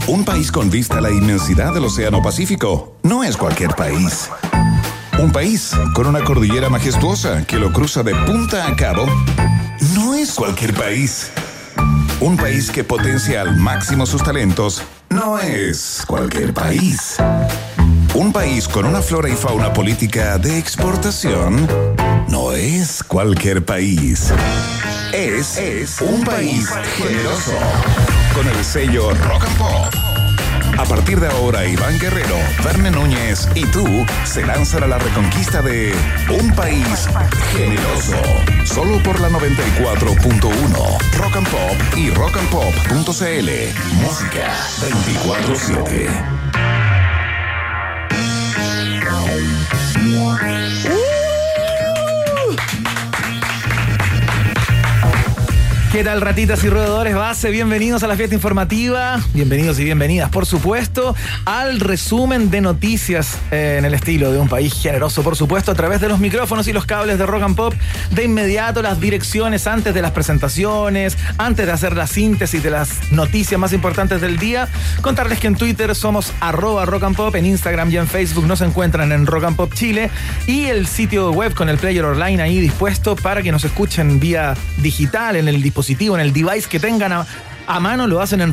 Un país con vista a la inmensidad del Océano Pacífico no es cualquier país. Un país con una cordillera majestuosa que lo cruza de punta a cabo no es cualquier país. Un país que potencia al máximo sus talentos no es cualquier país. Un país con una flora y fauna política de exportación no es cualquier país. Es un país generoso. Con el sello Rock and Pop. A partir de ahora, Iván Guerrero, Verne Núñez y tú se lanzan a la reconquista de un país generoso. Solo por la 94.1 Rock and Pop y rockandpop.cl. Música 24/7. ¿Qué tal, ratitas y roedores base? Bienvenidos a la fiesta informativa, bienvenidos y bienvenidas, por supuesto, al resumen de noticias en el estilo de un país generoso, por supuesto, a través de los micrófonos y los cables de Rock and Pop. De inmediato las direcciones antes de las presentaciones, antes de hacer la síntesis de las noticias más importantes del día. Contarles que en Twitter somos @rockandpop, en Instagram y en Facebook nos encuentran en Rock and Pop Chile, y el sitio web con el player online ahí dispuesto para que nos escuchen vía digital en el dispositivo, en el device que tengan a mano. Lo hacen en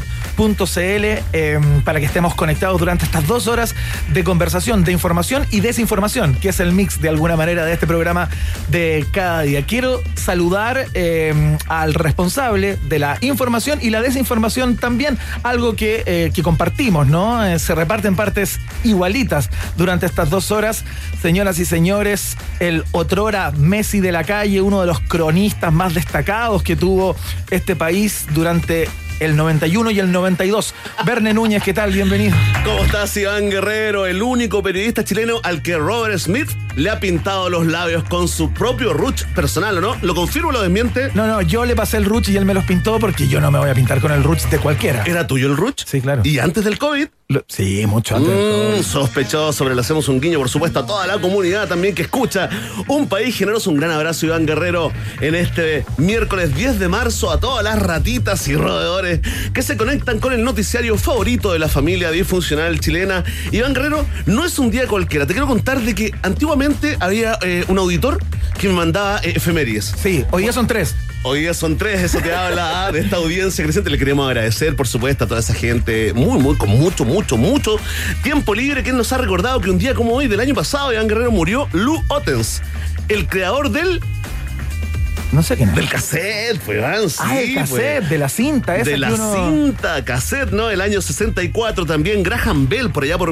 rockandpop.cl para que estemos conectados durante estas 2 horas de conversación, de información y desinformación, que es el mix de alguna manera de este programa de cada día. Quiero saludar al responsable de la información y la desinformación también, algo que compartimos, ¿no? Se reparten partes igualitas durante estas 2 horas. Señoras y señores, el otrora Messi de la calle, uno de los cronistas más destacados que tuvo este país durante el 91 y el 92. Verne Núñez, ¿qué tal? Bienvenido. ¿Cómo estás, Iván Guerrero? El único periodista chileno al que Robert Smith le ha pintado los labios con su propio ruch personal, ¿o no? ¿Lo confirma o lo desmiente? No, yo le pasé el ruch y él me los pintó, porque yo no me voy a pintar con el ruch de cualquiera. ¿Era tuyo el ruch? Sí, claro. ¿Y antes del COVID? Sí, mucho antes del COVID. Sospechoso, pero le hacemos un guiño, por supuesto, a toda la comunidad también que escucha Un País Generoso. Un gran abrazo, Iván Guerrero, en este miércoles 10 de marzo, a todas las ratitas y roedores que se conectan con el noticiario favorito de la familia disfuncional chilena. Iván Guerrero, no es un día cualquiera. Te quiero contar de que antiguamente había un auditor que me mandaba efemérides. Sí, hoy día son 3. Hoy día son 3, eso te habla de esta audiencia creciente. Le queremos agradecer, por supuesto, a toda esa gente con mucho tiempo libre, que nos ha recordado que un día como hoy del año pasado, Iván Guerrero, murió Lou Ottens, el creador del... No sé quién es. Del cassette, pues, Iván, sí. El cassette, pues. de la cinta esa. De la cinta, cassette, ¿no? El año 64 también. Graham Bell, por allá por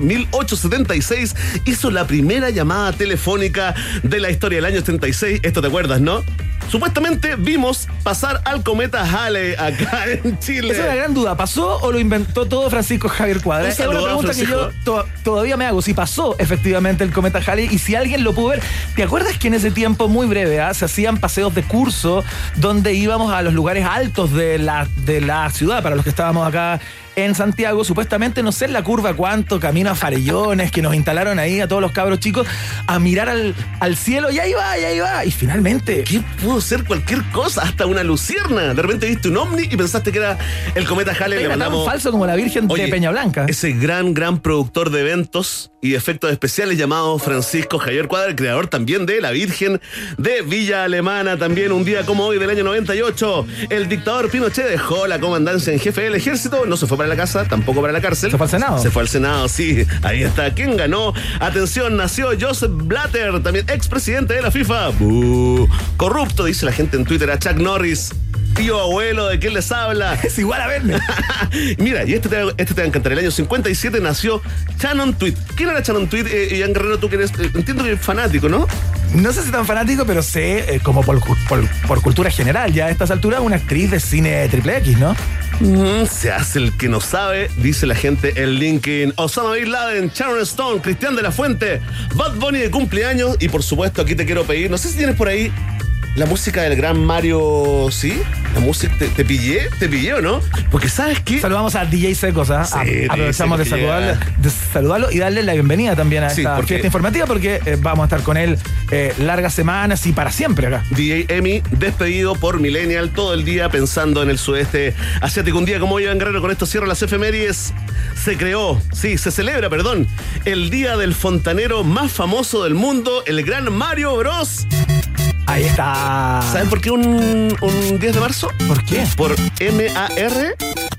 1876, hizo la primera llamada telefónica de la historia del año 76. Esto te acuerdas, ¿no? Supuestamente vimos pasar al cometa Halley acá en Chile. Esa es una gran duda. ¿Pasó o lo inventó todo Francisco Javier Cuadra? Esa es una pregunta que yo todavía me hago. Si pasó efectivamente el cometa Halley y si alguien lo pudo ver. ¿Te acuerdas que en ese tiempo muy breve se hacían paseos de curso donde íbamos a los lugares altos de la ciudad, para los que estábamos acá en Santiago? Supuestamente, no sé en la curva cuánto, camino a Farellones, que nos instalaron ahí a todos los cabros chicos a mirar al cielo, y ahí va. Y finalmente, ¿qué pudo ser? Cualquier cosa, hasta una lucierna. De repente viste un ovni y pensaste que era el cometa Halley. Era tan falso como la Virgen de Peña Blanca. Ese gran productor de eventos y efectos especiales llamado Francisco Javier Cuadra, el creador también de la Virgen de Villa Alemana. También un día como hoy del año 98, el dictador Pinochet dejó la comandancia en jefe del ejército. No se fue para la casa, tampoco para la cárcel. ¿Se fue al Senado? Se fue al Senado, sí. Ahí está. ¿Quién ganó? Atención, nació Joseph Blatter, también expresidente de la FIFA. Corrupto, dice la gente en Twitter, a Chuck Norris. Tío abuelo, ¿de quién les habla? Es igual a verme. Mira, y este te va a encantar. El año 57 nació Shannon Tweed. ¿Quién era Shannon Tweed? Iván Guerrero, tú que eres, entiendo que eres fanático, ¿no? No sé si tan fanático, pero sé, como por cultura general, ya a estas alturas, una actriz de cine triple X, ¿no? Se hace el que no sabe, dice la gente en LinkedIn. Osama Bin Laden, Sharon Stone, Cristian de la Fuente, Bad Bunny de cumpleaños. Y por supuesto, aquí te quiero pedir, no sé si tienes por ahí La música del gran Mario, ¿sí? La música, ¿te pillé o no? Porque ¿sabes qué? Saludamos a DJ Secos, ¿ah? Sí, aprovechamos de saludarlo y darle la bienvenida también a esta fiesta informativa porque vamos a estar con él largas semanas y para siempre acá. DJ Emi, despedido por Millennial todo el día pensando en el sudeste asiático. Un día como hoy, Iván Guerrero, con esto cierro las efemérides. Se celebra, el día del fontanero más famoso del mundo, el gran Mario Bros. Ahí está. ¿Saben por qué un 10 de marzo? ¿Por qué? Por MAR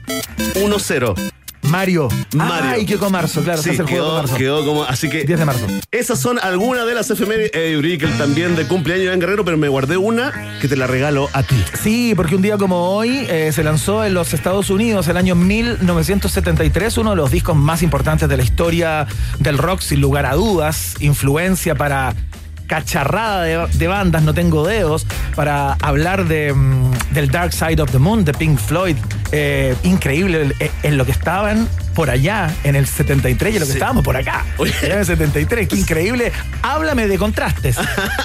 10. Mario. Ay, quedó con marzo, claro. Sí, el juego con marzo. Quedó como, así que 10 de marzo. Esas son algunas de las efemérides. Brickell también de cumpleaños en Guerrero, pero me guardé una que te la regalo a ti. Sí, porque un día como hoy se lanzó en los Estados Unidos el año 1973 uno de los discos más importantes de la historia del rock, sin lugar a dudas. Influencia para cacharrada de bandas, no tengo dedos, para hablar del Dark Side of the Moon, de Pink Floyd. Increíble en lo que estaban por allá en el 73 y en lo que estábamos por acá. En el 73, qué increíble. Háblame de contrastes.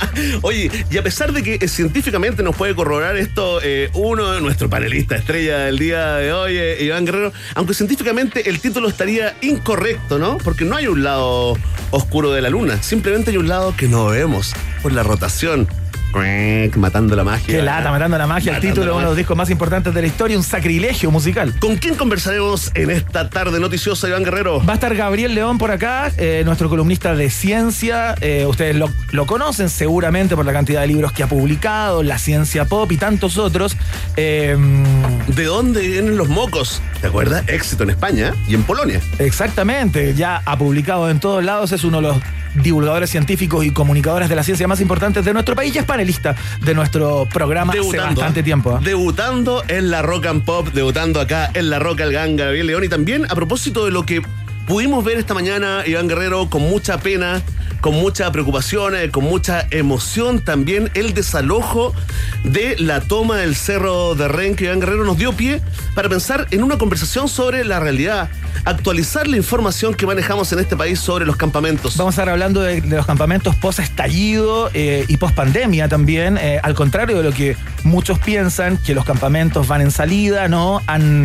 Oye, y a pesar de que científicamente nos puede corroborar esto uno de nuestros panelistas estrella del día de hoy, Iván Guerrero, aunque científicamente el título estaría incorrecto, ¿no? Porque no hay un lado oscuro de la luna, simplemente hay un lado que no vemos por la rotación. Matando la magia. Qué lata, matando la magia. El título de uno de los discos más importantes de la historia, un sacrilegio musical. ¿Con quién conversaremos en esta tarde noticiosa, Iván Guerrero? Va a estar Gabriel León por acá, nuestro columnista de ciencia. Ustedes lo conocen seguramente por la cantidad de libros que ha publicado, La Ciencia Pop y tantos otros. ¿De dónde vienen los mocos? ¿Te acuerdas? Éxito en España y en Polonia. Exactamente, ya ha publicado en todos lados, es uno de los divulgadores científicos y comunicadores de la ciencia más importantes de nuestro país y es panelista de nuestro programa hace bastante tiempo. Debutando en la Rock and Pop, debutando acá en la Rock al Gang, Gabriel León. Y también a propósito de lo que pudimos ver esta mañana, Iván Guerrero, con mucha pena, con mucha preocupación, con mucha emoción también, el desalojo de la toma del Cerro de Renque. Iván Guerrero nos dio pie para pensar en una conversación sobre la realidad, actualizar la información que manejamos en este país sobre los campamentos. Vamos a estar hablando de los campamentos post-estallido y post-pandemia también, al contrario de lo que muchos piensan, que los campamentos van en salida, ¿no?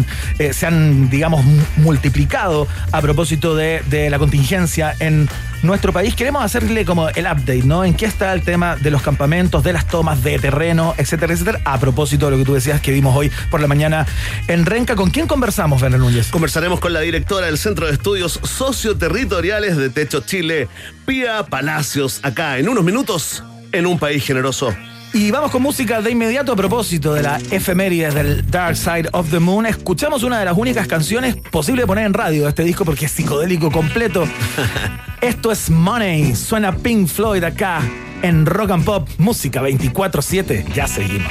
Se han, digamos, multiplicado a propósito de la contingencia en nuestro país. Queremos hacerle como el update, ¿no? En qué está el tema de los campamentos, de las tomas de terreno, etcétera, etcétera. A propósito de lo que tú decías que vimos hoy por la mañana en Renca. ¿Con quién conversamos, Werner Núñez? Conversaremos con la directora del Centro de Estudios Socioterritoriales de Techo Chile, Pía Palacios, acá en unos minutos, en Un País Generoso. Y vamos con música de inmediato a propósito de la efemérides del Dark Side of the Moon. Escuchamos una de las únicas canciones posible de poner en radio de este disco porque es psicodélico completo. Esto es Money. Suena Pink Floyd acá en Rock and Pop. Música 24/7. Ya seguimos.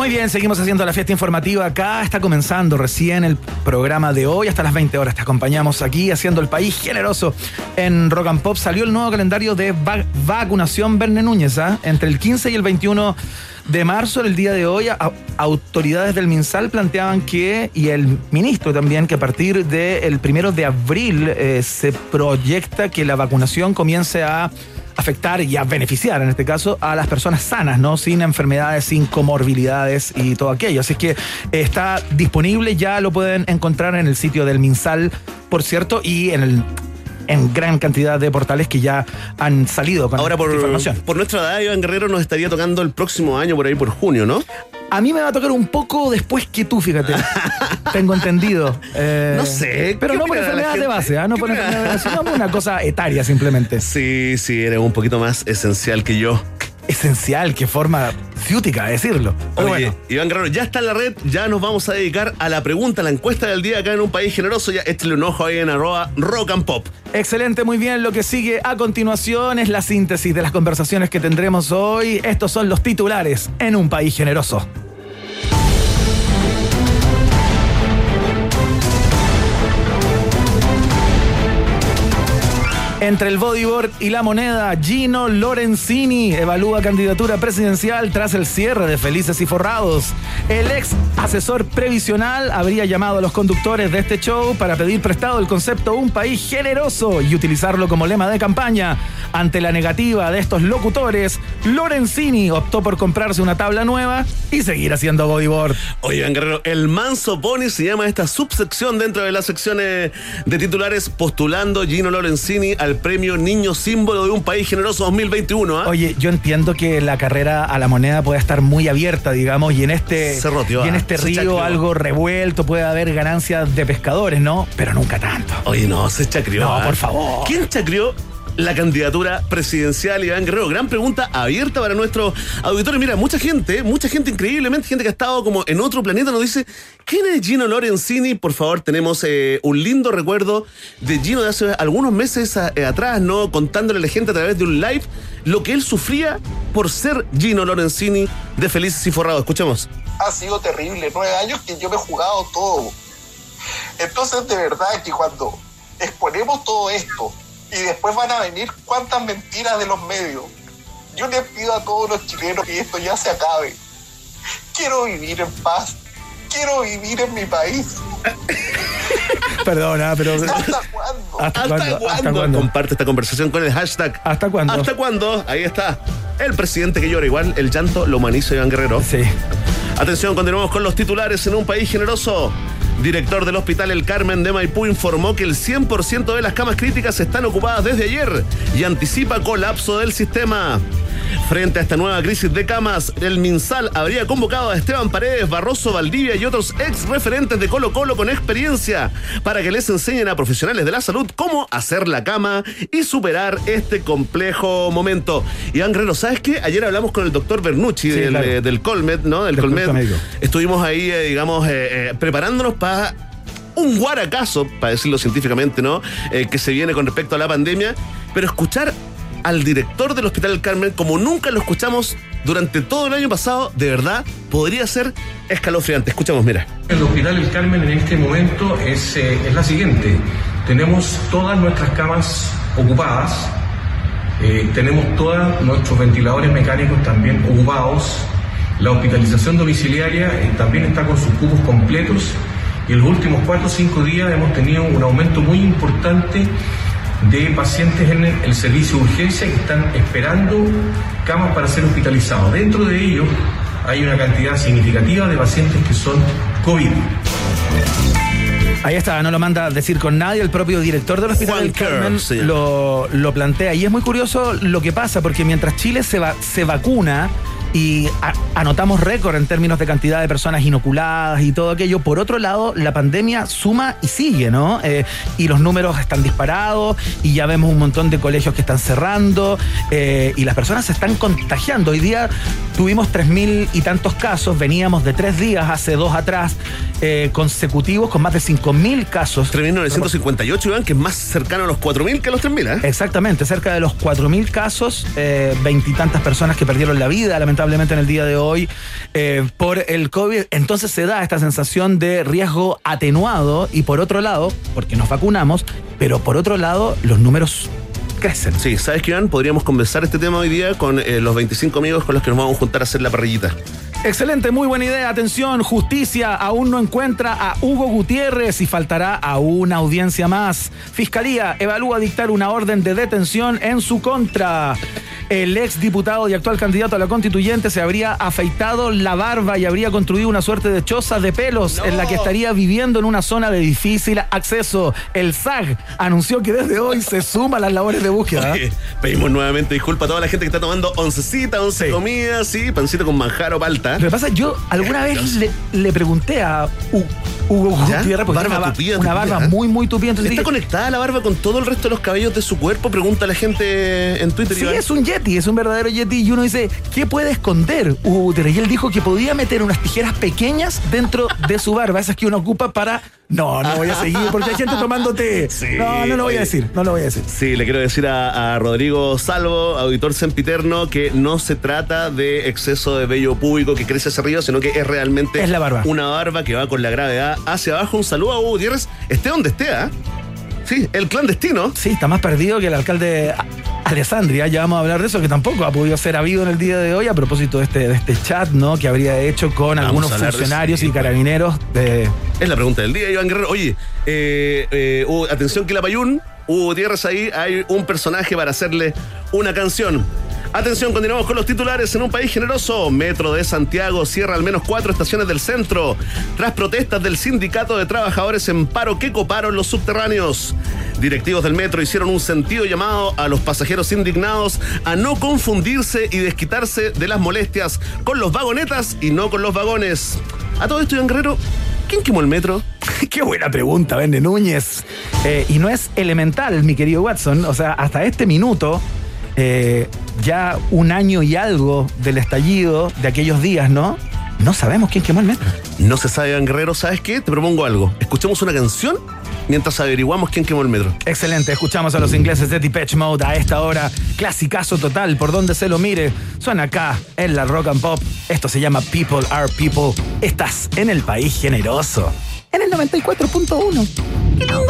Muy bien, seguimos haciendo la fiesta informativa acá. Está comenzando recién el programa de hoy. Hasta las 20 horas te acompañamos aquí haciendo el país generoso en Rock and Pop. Salió el nuevo calendario de vacunación Verne Núñez, ¿eh? Entre el 15 y el 21 de marzo, en el día de hoy, autoridades del MinSal planteaban que, y el ministro también, que a partir del 1 de abril se proyecta que la vacunación comience a afectar y a beneficiar, en este caso, a las personas sanas, ¿no? Sin enfermedades, sin comorbilidades y todo aquello. Así que está disponible, ya lo pueden encontrar en el sitio del MinSal, por cierto, y en gran cantidad de portales que ya han salido con ahora esta información. Por nuestra edad, Iván Guerrero nos estaría tocando el próximo año, por ahí por junio, ¿no? A mí me va a tocar un poco después que tú, fíjate. Tengo entendido. No sé. Pero no por enfermedad de base, ¿eh? No por enfermedad de base, sino por una cosa etaria simplemente. Sí, eres un poquito más esencial que yo. Esencial, qué forma ciútica de decirlo. Oye, bueno. Iván Guerrero, ya está en la red, ya nos vamos a dedicar a la pregunta, la encuesta del día acá en Un País Generoso. Ya échale un ojo ahí en @rockandpop. Excelente, muy bien. Lo que sigue a continuación es la síntesis de las conversaciones que tendremos hoy. Estos son los titulares en Un País Generoso. Entre el bodyboard y la moneda, Gino Lorenzini evalúa candidatura presidencial tras el cierre de Felices y Forrados. El ex asesor previsional habría llamado a los conductores de este show para pedir prestado el concepto Un País Generoso y utilizarlo como lema de campaña. Ante la negativa de estos locutores, Lorenzini optó por comprarse una tabla nueva y seguir haciendo bodyboard. Oye, Iván Guerrero, el Manso Pony se llama esta subsección dentro de las secciones de titulares, postulando Gino Lorenzini al premio Niño Símbolo de Un País Generoso 2021. Oye, yo entiendo que la carrera a la moneda puede estar muy abierta, digamos, y en este río chacrió. Algo revuelto, puede haber ganancias de pescadores, ¿no? Pero nunca tanto. Oye, no, se chacrió. No, por favor. ¿Quién chacrió la candidatura presidencial, Iván Guerrero? Gran pregunta abierta para nuestro auditorio. Mira, mucha gente increíblemente, gente que ha estado como en otro planeta, nos dice: ¿quién es Gino Lorenzini? Por favor, tenemos un lindo recuerdo de Gino de hace algunos meses atrás, ¿no? Contándole a la gente a través de un live lo que él sufría por ser Gino Lorenzini de Felices y Forrados. Escuchemos. Ha sido terrible, 9 años que yo me he jugado todo. Entonces, de verdad que cuando exponemos todo esto y después van a venir cuántas mentiras de los medios, yo les pido a todos los chilenos que esto ya se acabe. Quiero vivir en paz, quiero vivir en mi país. Perdona, pero... ¿Hasta cuándo? ¿Hasta cuándo? Comparte esta conversación con el hashtag ¿Hasta cuándo? ¿Hasta cuándo? Ahí está. El presidente que llora. Igual el llanto lo humaniza, Iván Guerrero. Sí. Atención, continuamos con los titulares en Un País Generoso. Director del Hospital El Carmen de Maipú informó que el 100% de las camas críticas están ocupadas desde ayer y anticipa colapso del sistema. Frente a esta nueva crisis de camas, el MinSal habría convocado a Esteban Paredes, Barroso, Valdivia y otros ex referentes de Colo-Colo con experiencia para que les enseñen a profesionales de la salud cómo hacer la cama y superar este complejo momento. Iván Guerrero, ¿sabes qué? Ayer hablamos con el doctor Bernucci, sí, claro, del Colmed, ¿no? Del Colmed. Estuvimos ahí, preparándonos para un guaracazo, para decirlo científicamente, ¿no? Que se viene con respecto a la pandemia, pero escuchar al director del Hospital El Carmen como nunca lo escuchamos durante todo el año pasado, de verdad, podría ser escalofriante. Escuchamos, mira. El Hospital El Carmen en este momento es la siguiente. Tenemos todas nuestras camas ocupadas, tenemos todos nuestros ventiladores mecánicos también ocupados, la hospitalización domiciliaria también está con sus cupos completos, y en los últimos 4 o 5 días hemos tenido un aumento muy importante de pacientes en el servicio de urgencia que están esperando camas para ser hospitalizados. Dentro de ellos hay una cantidad significativa de pacientes que son COVID. Ahí está, no lo manda a decir con nadie, el propio director del Hospital del Carmen lo plantea. Y es muy curioso lo que pasa, porque mientras Chile se vacuna y anotamos récord en términos de cantidad de personas inoculadas y todo aquello, por otro lado, la pandemia suma y sigue, ¿no? Y los números están disparados y ya vemos un montón de colegios que están cerrando y las personas se están contagiando. Hoy día tuvimos 3.000 y tantos casos, veníamos de 3 días hace 2 atrás consecutivos con más de 5.000 casos. 3.958, Iván, que es más cercano a los 4.000 que a los 3.000, ¿eh? Exactamente, cerca de los 4.000 casos, 20 y tantas personas que perdieron la vida, lamentablemente, lamentablemente en el día de hoy por el COVID. Entonces se da esta sensación de riesgo atenuado y por otro lado, porque nos vacunamos, pero por otro lado los números crecen. Sí, ¿sabes qué, Iván? Podríamos conversar este tema hoy día con los 25 amigos con los que nos vamos a juntar a hacer la parrillita. Excelente, muy buena idea. Atención, justicia aún no encuentra a Hugo Gutiérrez y faltará a una audiencia más. Fiscalía evalúa dictar una orden de detención en su contra. El ex diputado y actual candidato a la constituyente se habría afeitado la barba y habría construido una suerte de choza de pelos en la que estaría viviendo en una zona de difícil acceso. El SAG anunció que desde hoy se suma a las labores de búsqueda. Oye, pedimos nuevamente disculpas a toda la gente que está tomando oncecita, once comidas, sí, pancito con manjar o palta. Lo que pasa, yo alguna vez le pregunté a Hugo Gutiérrez, porque barba tiene una barba muy tupida. Entonces ¿está conectada la barba con todo el resto de los cabellos de su cuerpo? Pregunta la gente en Twitter. Sí, es un yeti, es un verdadero yeti. Y uno dice, ¿qué puede esconder Hugo Gutiérrez? Y él dijo que podía meter unas tijeras pequeñas dentro de su barba, esas que uno ocupa para... No voy a seguir porque hay gente tomando té. Sí, no lo voy a decir. Sí, le quiero decir a Rodrigo Salvo, auditor sempiterno, que no se trata de exceso de vello púbico que crece hacia arriba, sino que es realmente la barba. Una barba que va con la gravedad hacia abajo. Un saludo a Hugo Gutiérrez, esté donde esté, ¿eh? Sí, el clandestino. Sí, está más perdido que el alcalde Alessandria. Ya vamos a hablar de eso, que tampoco ha podido ser habido en el día de hoy a propósito de este chat, ¿no? Que habría hecho con algunos funcionarios y carabineros de... Es la pregunta del día, Iván Guerrero. Oye, atención que la Payún, Hugo Gutiérrez, ahí hay un personaje para hacerle una canción. Atención, continuamos con los titulares. En un país generoso, Metro de Santiago cierra al menos 4 estaciones del centro tras protestas del sindicato de trabajadores en paro que coparon los subterráneos. Directivos del Metro hicieron un sentido llamado a los pasajeros indignados a no confundirse y desquitarse de las molestias con los vagonetas y no con los vagones. A todo esto, Iván Guerrero, ¿quién quemó el metro? Qué buena pregunta, Vende Núñez. Y no es elemental, mi querido Watson. O sea, hasta este minuto... ya un año y algo del estallido de aquellos días, ¿no? No sabemos quién quemó el metro. No se sabe, Iván Guerrero. ¿Sabes qué? Te propongo algo. Escuchemos una canción mientras averiguamos quién quemó el metro. Excelente. Escuchamos a los ingleses de Depeche Mode a esta hora. Clasicazo total, por donde se lo mire. Suena acá, en la Rock and Pop. Esto se llama People Are People. Estás en el país generoso. En el 94.1. ¡Qué lindo!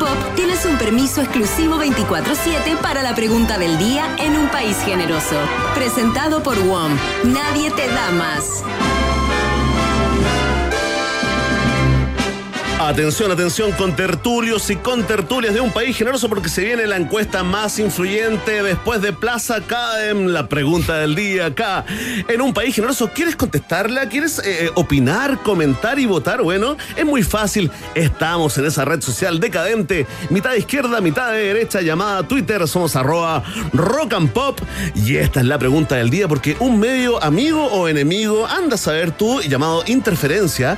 Pop tienes un permiso exclusivo 24/7 para la pregunta del día en un país generoso. Presentado por WOM. Nadie te da más. Atención, atención, contertulios y contertulias de un país generoso, porque se viene la encuesta más influyente después de Plaza Academ, la pregunta del día acá en un país generoso. ¿Quieres contestarla? ¿Quieres opinar, comentar y votar? Bueno, es muy fácil. Estamos en esa red social decadente, mitad de izquierda, mitad de derecha, llamada Twitter. Somos @rockandpop y esta es la pregunta del día, porque un medio amigo o enemigo, anda a saber tú, llamado Interferencia,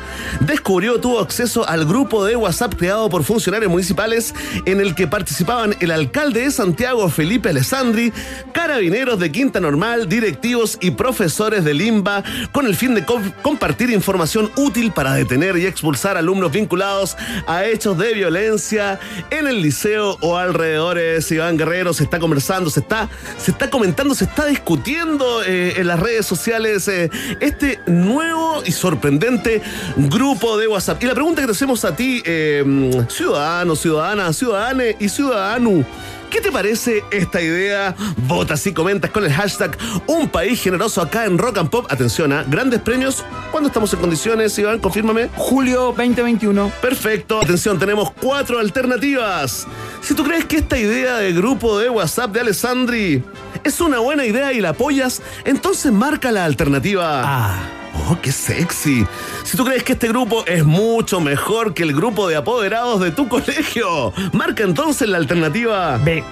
tuvo acceso al grupo de WhatsApp creado por funcionarios municipales en el que participaban el alcalde de Santiago, Felipe Alessandri, carabineros de Quinta Normal, directivos y profesores de Limba, con el fin de compartir información útil para detener y expulsar alumnos vinculados a hechos de violencia en el liceo o alrededores. Iván Guerrero, se está conversando, se está comentando, se está discutiendo en las redes sociales este nuevo y sorprendente grupo de WhatsApp. Y la pregunta que te hacemos a ti, ciudadano, ciudadana, ciudadane y ciudadano, ¿qué te parece esta idea? Votas y comentas con el hashtag Un País Generoso acá en Rock and Pop. Atención, a grandes premios. ¿Cuándo estamos en condiciones, Iván? Confírmame. Julio 2021. Perfecto. Atención, tenemos 4 alternativas. Si tú crees que esta idea de grupo de WhatsApp de Alessandri es una buena idea y la apoyas, entonces marca la alternativa. ¡Oh, qué sexy! Si tú crees que este grupo es mucho mejor que el grupo de apoderados de tu colegio, marca entonces la alternativa B.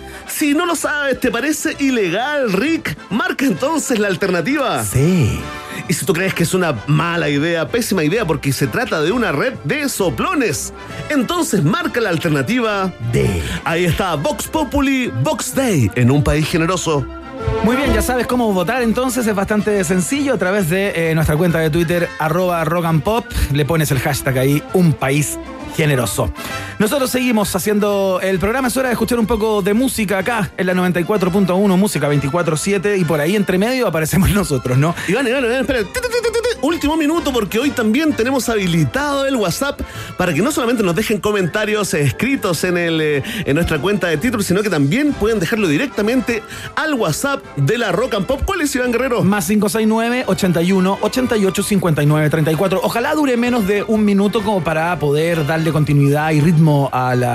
Si no lo sabes, ¿te parece ilegal, Rick? Marca entonces la alternativa C. Y si tú crees que es una mala idea, pésima idea, porque se trata de una red de soplones, entonces marca la alternativa D. Ahí está, Vox Populi, Vox Day, en un país generoso. Muy bien, ya sabes cómo votar, entonces es bastante sencillo. A través de nuestra cuenta de Twitter, @rockandpop, le pones el hashtag ahí, Un País Generoso. Nosotros seguimos haciendo el programa. Es hora de escuchar un poco de música acá en la 94.1, música 24/7, y por ahí entre medio aparecemos nosotros, ¿no? Iván, espera. Último minuto, porque hoy también tenemos habilitado el WhatsApp para que no solamente nos dejen comentarios escritos en nuestra cuenta de Twitter, sino que también pueden dejarlo directamente al WhatsApp de la Rock and Pop. ¿Cuál es, Iván Guerrero? Más 569 81 88 59 34. Ojalá dure menos de un minuto como para poder darle continuidad y ritmo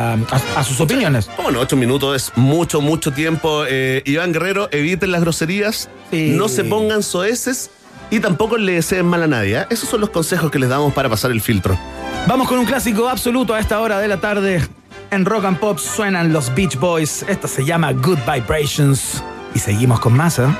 a sus opiniones. Bueno, 8 minutos es mucho tiempo. Iván Guerrero, eviten las groserías, no se pongan soeces y tampoco le deseen mal a nadie, ¿eh? Esos son los consejos que les damos para pasar el filtro. Vamos con un clásico absoluto a esta hora de la tarde. En Rock and Pop suenan los Beach Boys. Esta se llama Good Vibrations. Y seguimos con más, ¿eh?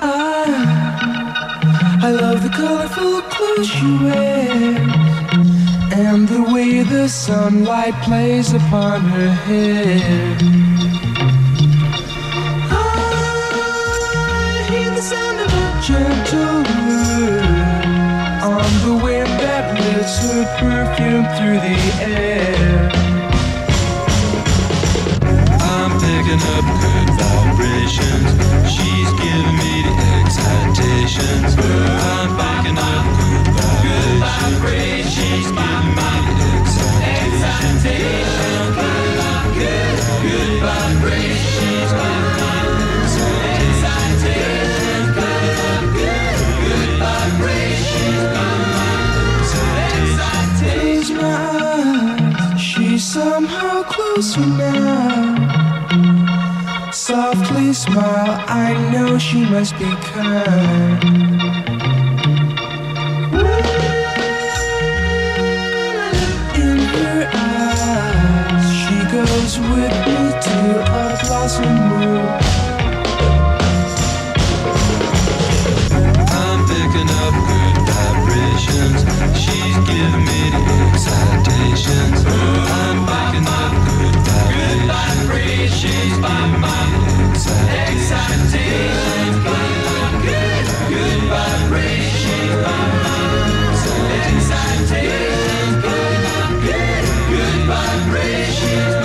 I love the colorful clothes she wears and the way the sunlight plays upon her hair. I hear the sound of a gentle word on the wind that lifts her perfume through the air. I'm picking up good vibrations. She's giving me the excitations. I'm picking up good vibrations. She's giving me the excitations. Good vibrations. She's giving me the excitations. Good vibrations. Close my eyes. She's somehow closer now. Softly smile, I know she must be kind. In her eyes, she goes with me to a blossom room. I'm picking up good vibrations. She's giving me the excitations. I'm picking up good vibrations. She's giving me excitations. Good vibrations. Excitations. Good vibrations.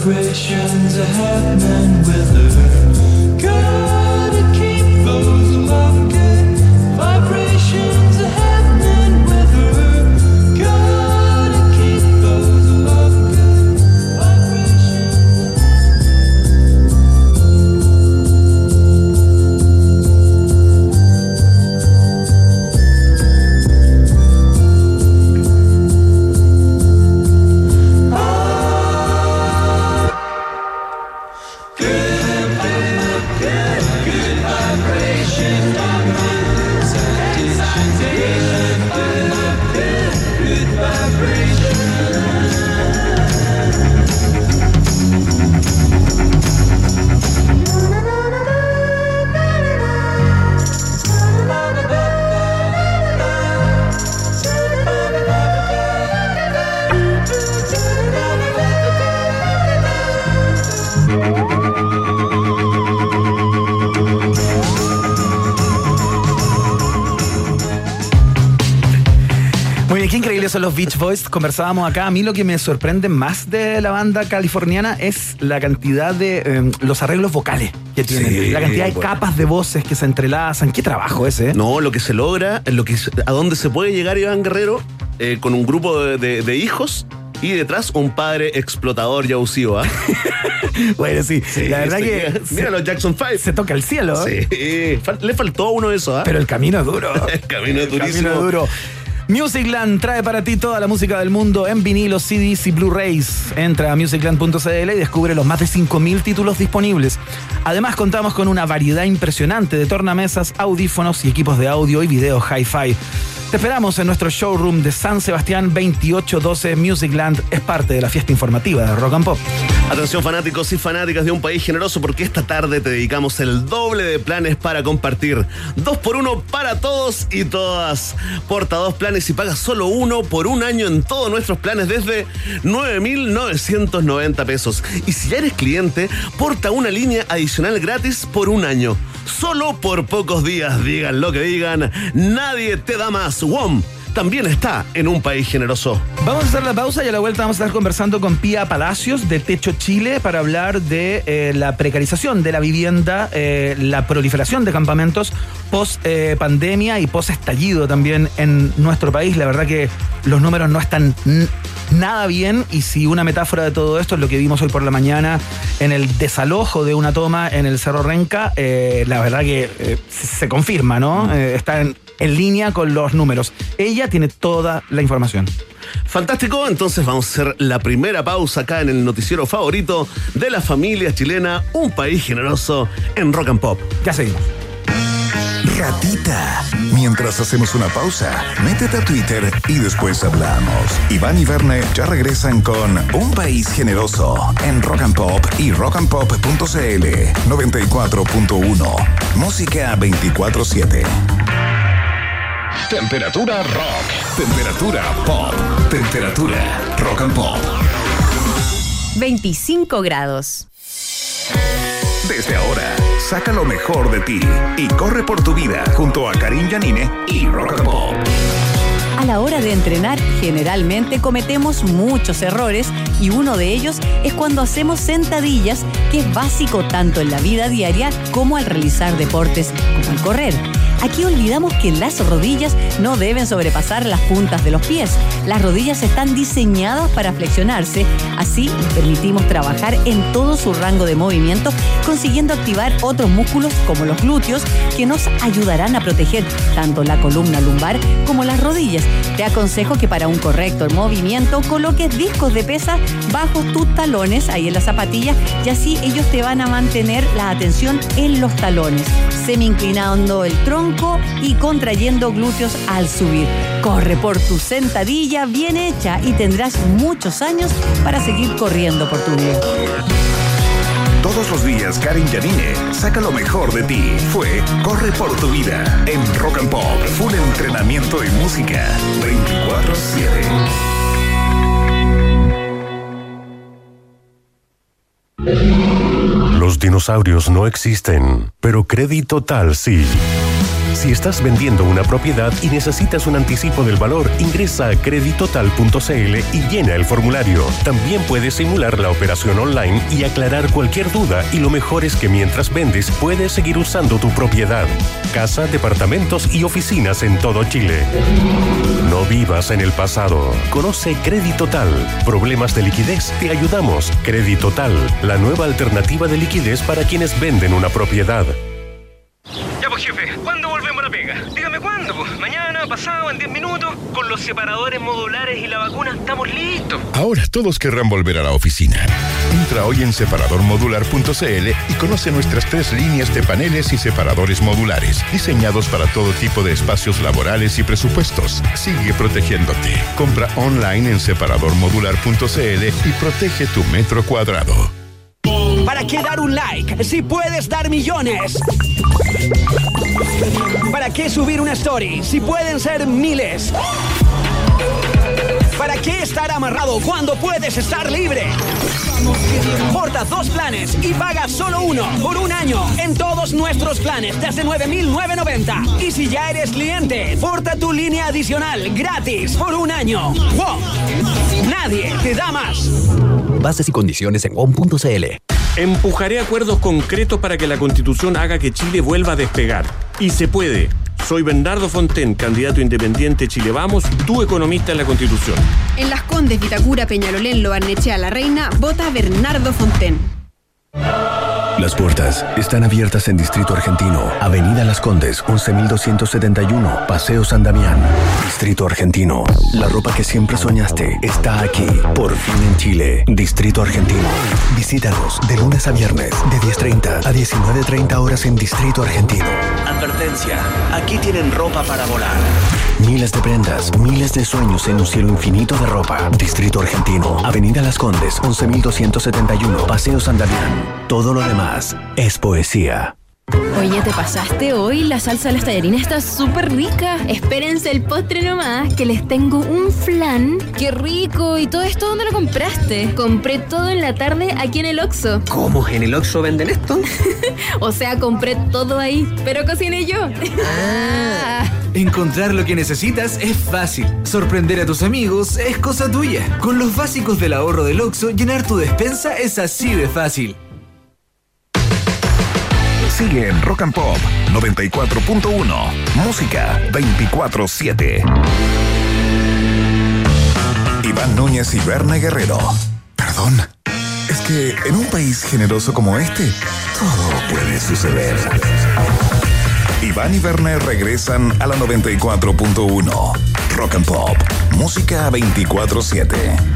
vibrations are happening with her. Gotta keep those love good vibrations are happening with her. Gotta keep those love good vibrations. Muy bien, qué increíbles son los Beach Boys. Conversábamos acá. A mí lo que me sorprende más de la banda californiana es la cantidad de los arreglos vocales que tienen. Sí, la cantidad de bueno. capas de voces que se entrelazan. Qué trabajo ese, ¿eh? No, lo que se logra, a dónde se puede llegar Iván Guerrero con un grupo de hijos y detrás un padre explotador y abusivo, ¿ah? Bueno, sí. La verdad que Mira los Jackson 5. se toca el cielo, ¿eh? Sí, le faltó uno de esos, ¿ah? Pero el camino es duro. El camino es durísimo. Camino es duro. Musicland trae para ti toda la música del mundo en vinilos, CDs y Blu-rays. Entra a musicland.cl y descubre los más de 5.000 títulos disponibles. Además, contamos con una variedad impresionante de tornamesas, audífonos y equipos de audio y video hi-fi. Te esperamos en nuestro showroom de San Sebastián 2812. Musicland es parte de la fiesta informativa de Rock and Pop. Atención fanáticos y fanáticas de Un País Generoso, porque esta tarde te dedicamos el doble de planes para compartir. 2x1 para todos y todas. Porta 2 planes y paga solo uno por un año en todos nuestros planes desde 9.990 pesos. Y si ya eres cliente, porta una línea adicional gratis por un año. Solo por pocos días, digan lo que digan, nadie te da más. WOM también está en Un País Generoso. Vamos a hacer la pausa y a la vuelta vamos a estar conversando con Pía Palacios de Techo Chile para hablar de la precarización de la vivienda, la proliferación de campamentos post pandemia y post estallido también en nuestro país. La verdad que los números no están nada bien, y si una metáfora de todo esto es lo que vimos hoy por la mañana en el desalojo de una toma en el Cerro Renca, la verdad que se confirma, ¿no? Está en línea con los números. Ella tiene toda la información. Fantástico, entonces vamos a hacer la primera pausa acá en el noticiero favorito de la familia chilena, Un País Generoso en Rock and Pop. Ya seguimos. Ratita. Mientras hacemos una pausa, métete a Twitter y después hablamos. Iván y Verne ya regresan con Un País Generoso en Rock and Pop y rockandpop.cl 94.1. Música 24/7. Temperatura rock. Temperatura pop. Temperatura rock and pop. 25 grados. Desde ahora, saca lo mejor de ti y corre por tu vida junto a Karin Yanine y Rock and Pop. A la hora de entrenar, generalmente cometemos muchos errores y uno de ellos es cuando hacemos sentadillas, que es básico tanto en la vida diaria como al realizar deportes como el correr. Aquí olvidamos que las rodillas no deben sobrepasar las puntas de los pies. Las rodillas están diseñadas para flexionarse, así permitimos trabajar en todo su rango de movimiento, consiguiendo activar otros músculos como los glúteos, que nos ayudarán a proteger tanto la columna lumbar como las rodillas. Te aconsejo que para un correcto movimiento coloques discos de pesa bajo tus talones, ahí en las zapatillas, y así ellos te van a mantener la atención en los talones, semi-inclinando el tronco y contrayendo glúteos al subir. Corre por tu sentadilla bien hecha y tendrás muchos años para seguir corriendo por tu vida. Todos los días, Karin Yanine saca lo mejor de ti. Fue Corre por tu vida en Rock and Pop. Full entrenamiento y música 24/7. Los dinosaurios no existen, pero Creditotal sí. Si estás vendiendo una propiedad y necesitas un anticipo del valor, ingresa a creditotal.cl y llena el formulario. También puedes simular la operación online y aclarar cualquier duda, y lo mejor es que mientras vendes puedes seguir usando tu propiedad. Casa, departamentos y oficinas en todo Chile. No vivas en el pasado. Conoce Creditotal. Problemas de liquidez, te ayudamos. Creditotal, la nueva alternativa de liquidez para quienes venden una propiedad. Ya pues, jefe, ¿cuándo volvemos a la pega? Dígame cuándo, pues. Mañana, pasado, en 10 minutos. Con los separadores modulares y la vacuna estamos listos. Ahora todos querrán volver a la oficina. Entra hoy en separadormodular.cl y conoce nuestras 3 líneas de paneles y separadores modulares, diseñados para todo tipo de espacios laborales y presupuestos. Sigue protegiéndote. Compra online en separadormodular.cl y protege tu metro cuadrado. ¿Para qué dar un like si puedes dar millones? ¿Para qué subir una story si pueden ser miles? ¿Para qué estar amarrado cuando puedes estar libre? Porta 2 planes y paga solo uno por un año en todos nuestros planes desde 9.990. Y si ya eres cliente, porta tu línea adicional gratis por un año. WOM. Nadie te da más. Bases y condiciones en WOM.cl. Empujaré acuerdos concretos para que la Constitución haga que Chile vuelva a despegar. Y se puede. Soy Bernardo Fonten, candidato independiente Chile Vamos, tu economista en la Constitución. En Las Condes, Vitacura, Peñalolén, Lo Barnechea, La Reina, vota Bernardo Fonten. Las puertas están abiertas en Distrito Argentino, Avenida Las Condes, 11.271, Paseo San Damián. Distrito Argentino, la ropa que siempre soñaste está aquí, por fin en Chile. Distrito Argentino. Visítanos de lunes a viernes, de 10:30 a 19:30 horas en Distrito Argentino. Advertencia, aquí tienen ropa para volar. Miles de prendas, miles de sueños en un cielo infinito de ropa. Distrito Argentino, Avenida Las Condes, 11.271, Paseo San Damián. Todo lo demás es poesía. Oye, ¿te pasaste hoy? La salsa de las tallarines está súper rica. Espérense el postre nomás, que les tengo un flan. ¡Qué rico! ¿Y todo esto dónde lo compraste? Compré todo en la tarde aquí en el Oxxo. ¿Cómo? ¿En el Oxxo venden esto? O sea, compré todo ahí, pero cociné yo. Encontrar lo que necesitas es fácil. Sorprender a tus amigos es cosa tuya. Con los básicos del ahorro del Oxxo, llenar tu despensa es así de fácil. Sigue en Rock and Pop 94.1. Música 24/7. Iván Núñez y Berna Guerrero. Perdón. Es que en un país generoso como este, todo puede suceder. Iván y Berna regresan a la 94.1. Rock and Pop. Música 24/7.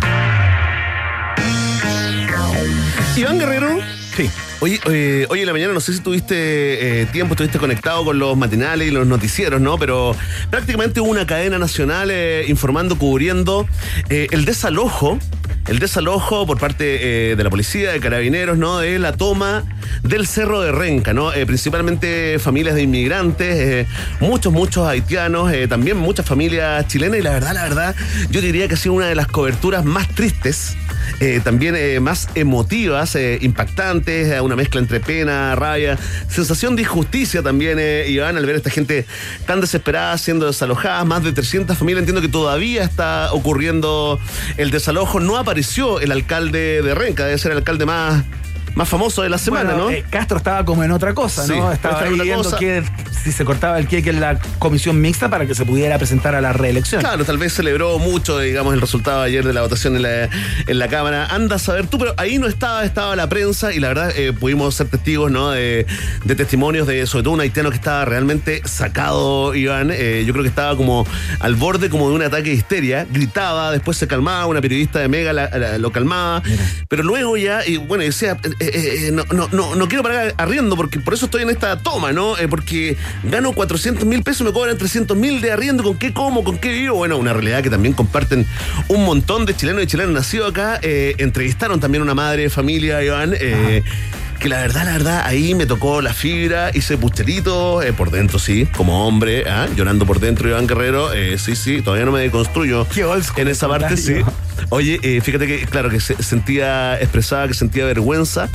Iván Guerrero. Sí. Oye, en la mañana no sé si tuviste tiempo, estuviste conectado con los matinales y los noticieros, ¿no? Pero prácticamente hubo una cadena nacional informando, cubriendo el desalojo por parte de la policía, de carabineros, ¿no? De la toma del Cerro de Renca, ¿no? Principalmente familias de inmigrantes, muchos haitianos, también muchas familias chilenas, y la verdad, yo diría que ha sido una de las coberturas más tristes, también más emotivas, impactantes, una mezcla entre pena, rabia, sensación de injusticia también, Iván, al ver a esta gente tan desesperada siendo desalojada, más de 300 familias. Entiendo que todavía está ocurriendo el desalojo. No apareció el alcalde de Renca, debe ser el alcalde más famoso de la semana, bueno, ¿no? Castro estaba como en otra cosa, ¿no? Sí, estaba ahí viendo que si se cortaba el queque en la comisión mixta para que se pudiera presentar a la reelección. Claro, tal vez celebró mucho, digamos, el resultado ayer de la votación en la Cámara. Anda a saber tú, pero ahí no estaba la prensa, y la verdad pudimos ser testigos, ¿no? De testimonios de, sobre todo, un haitiano que estaba realmente sacado, Iván. Yo creo que estaba como al borde como de un ataque de histeria. Gritaba, después se calmaba, una periodista de Mega lo calmaba. Mira. Pero luego ya, y bueno, decía, no quiero parar arriendo, porque por eso estoy en esta toma, ¿no? Porque gano 400.000 pesos, me cobran 300.000 de arriendo. ¿Con qué como? ¿Con qué vivo? Bueno, una realidad que también comparten un montón de chilenos y chilenas nacidos acá. Entrevistaron también a una madre de familia, Iván, que la verdad, ahí me tocó la fibra, hice pusterito, por dentro sí, como hombre, llorando por dentro, Iván Guerrero, sí, todavía no me deconstruyo en esa parte, sí. Oye, fíjate que, claro, que expresaba que sentía vergüenza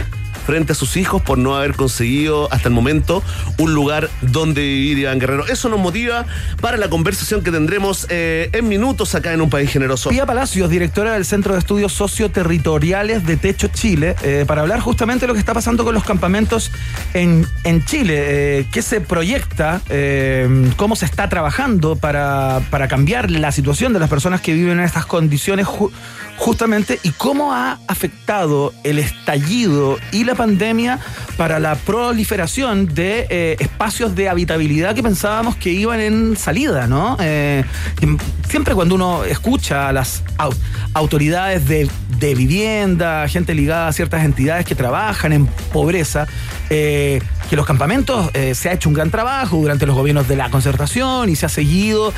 frente a sus hijos por no haber conseguido hasta el momento un lugar donde vivir, Iván Guerrero. Eso nos motiva para la conversación que tendremos en minutos acá en Un País Generoso. Pía Palacios, directora del Centro de Estudios Socioterritoriales de Techo Chile, para hablar justamente de lo que está pasando con los campamentos en Chile, qué se proyecta, cómo se está trabajando para cambiar la situación de las personas que viven en estas condiciones justamente, y cómo ha afectado el estallido y la pandemia para la proliferación de espacios de habitabilidad que pensábamos que iban en salida, ¿no? Siempre cuando uno escucha a las autoridades de vivienda, gente ligada a ciertas entidades que trabajan en pobreza, que los campamentos se ha hecho un gran trabajo durante los gobiernos de la Concertación y se ha seguido,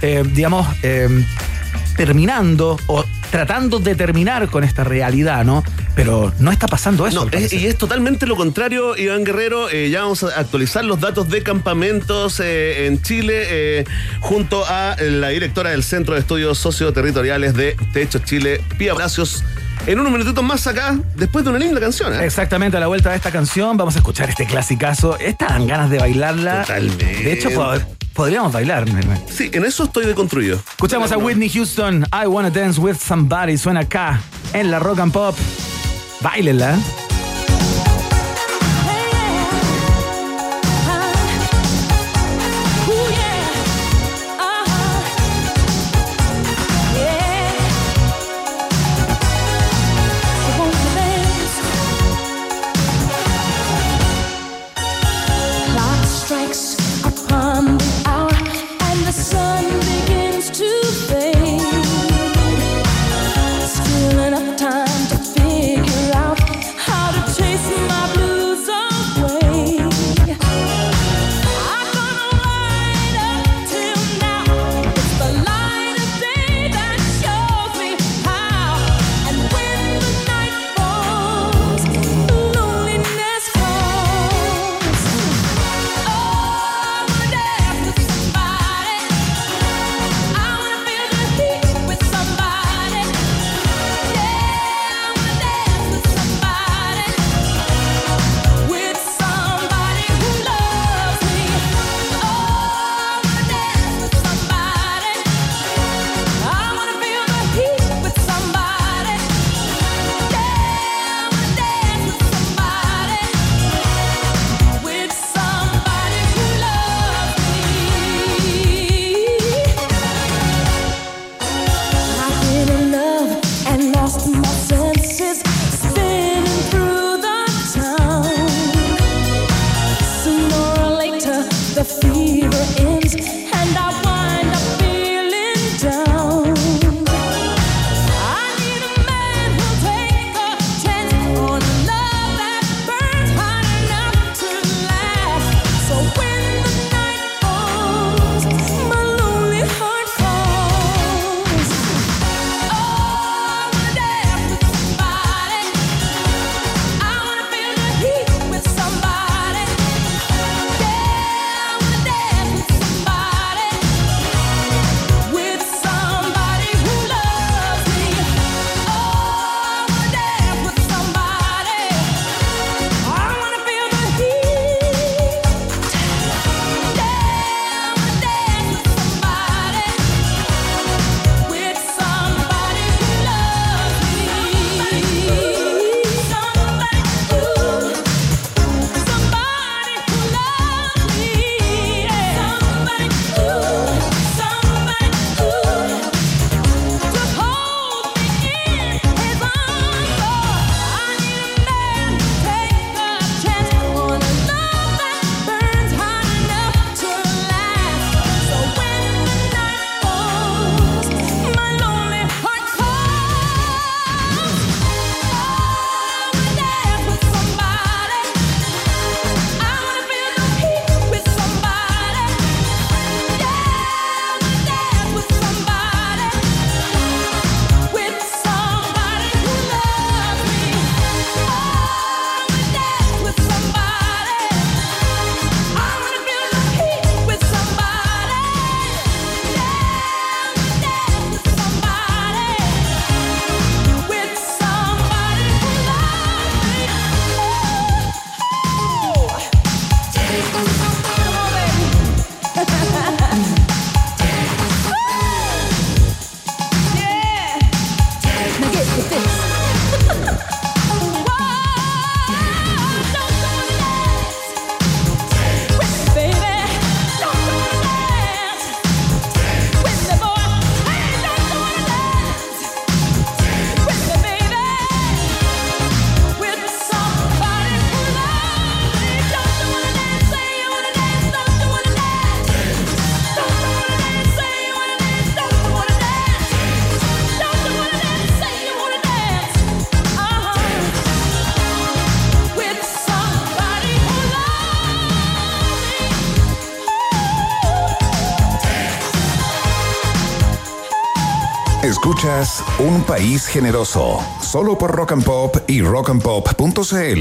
terminando o tratando de terminar con esta realidad, ¿no? Pero no está pasando eso. No, y es totalmente lo contrario, Iván Guerrero. Ya vamos a actualizar los datos de campamentos en Chile junto a la directora del Centro de Estudios Socioterritoriales de Techo Chile, Pía Palacios. En unos minutitos más acá, después de una linda canción, ¿eh? Exactamente, a la vuelta de esta canción vamos a escuchar este clasicazo. Estas dan ganas de bailarla. Totalmente. De hecho, podríamos bailar. Sí, en eso estoy deconstruido. Escuchamos a Whitney Houston, I Wanna Dance With Somebody. Suena acá, en la Rock and Pop. Báilenla. Still enough time to figure out how Escuchas Un País Generoso, solo por Rock and Pop y rockandpop.cl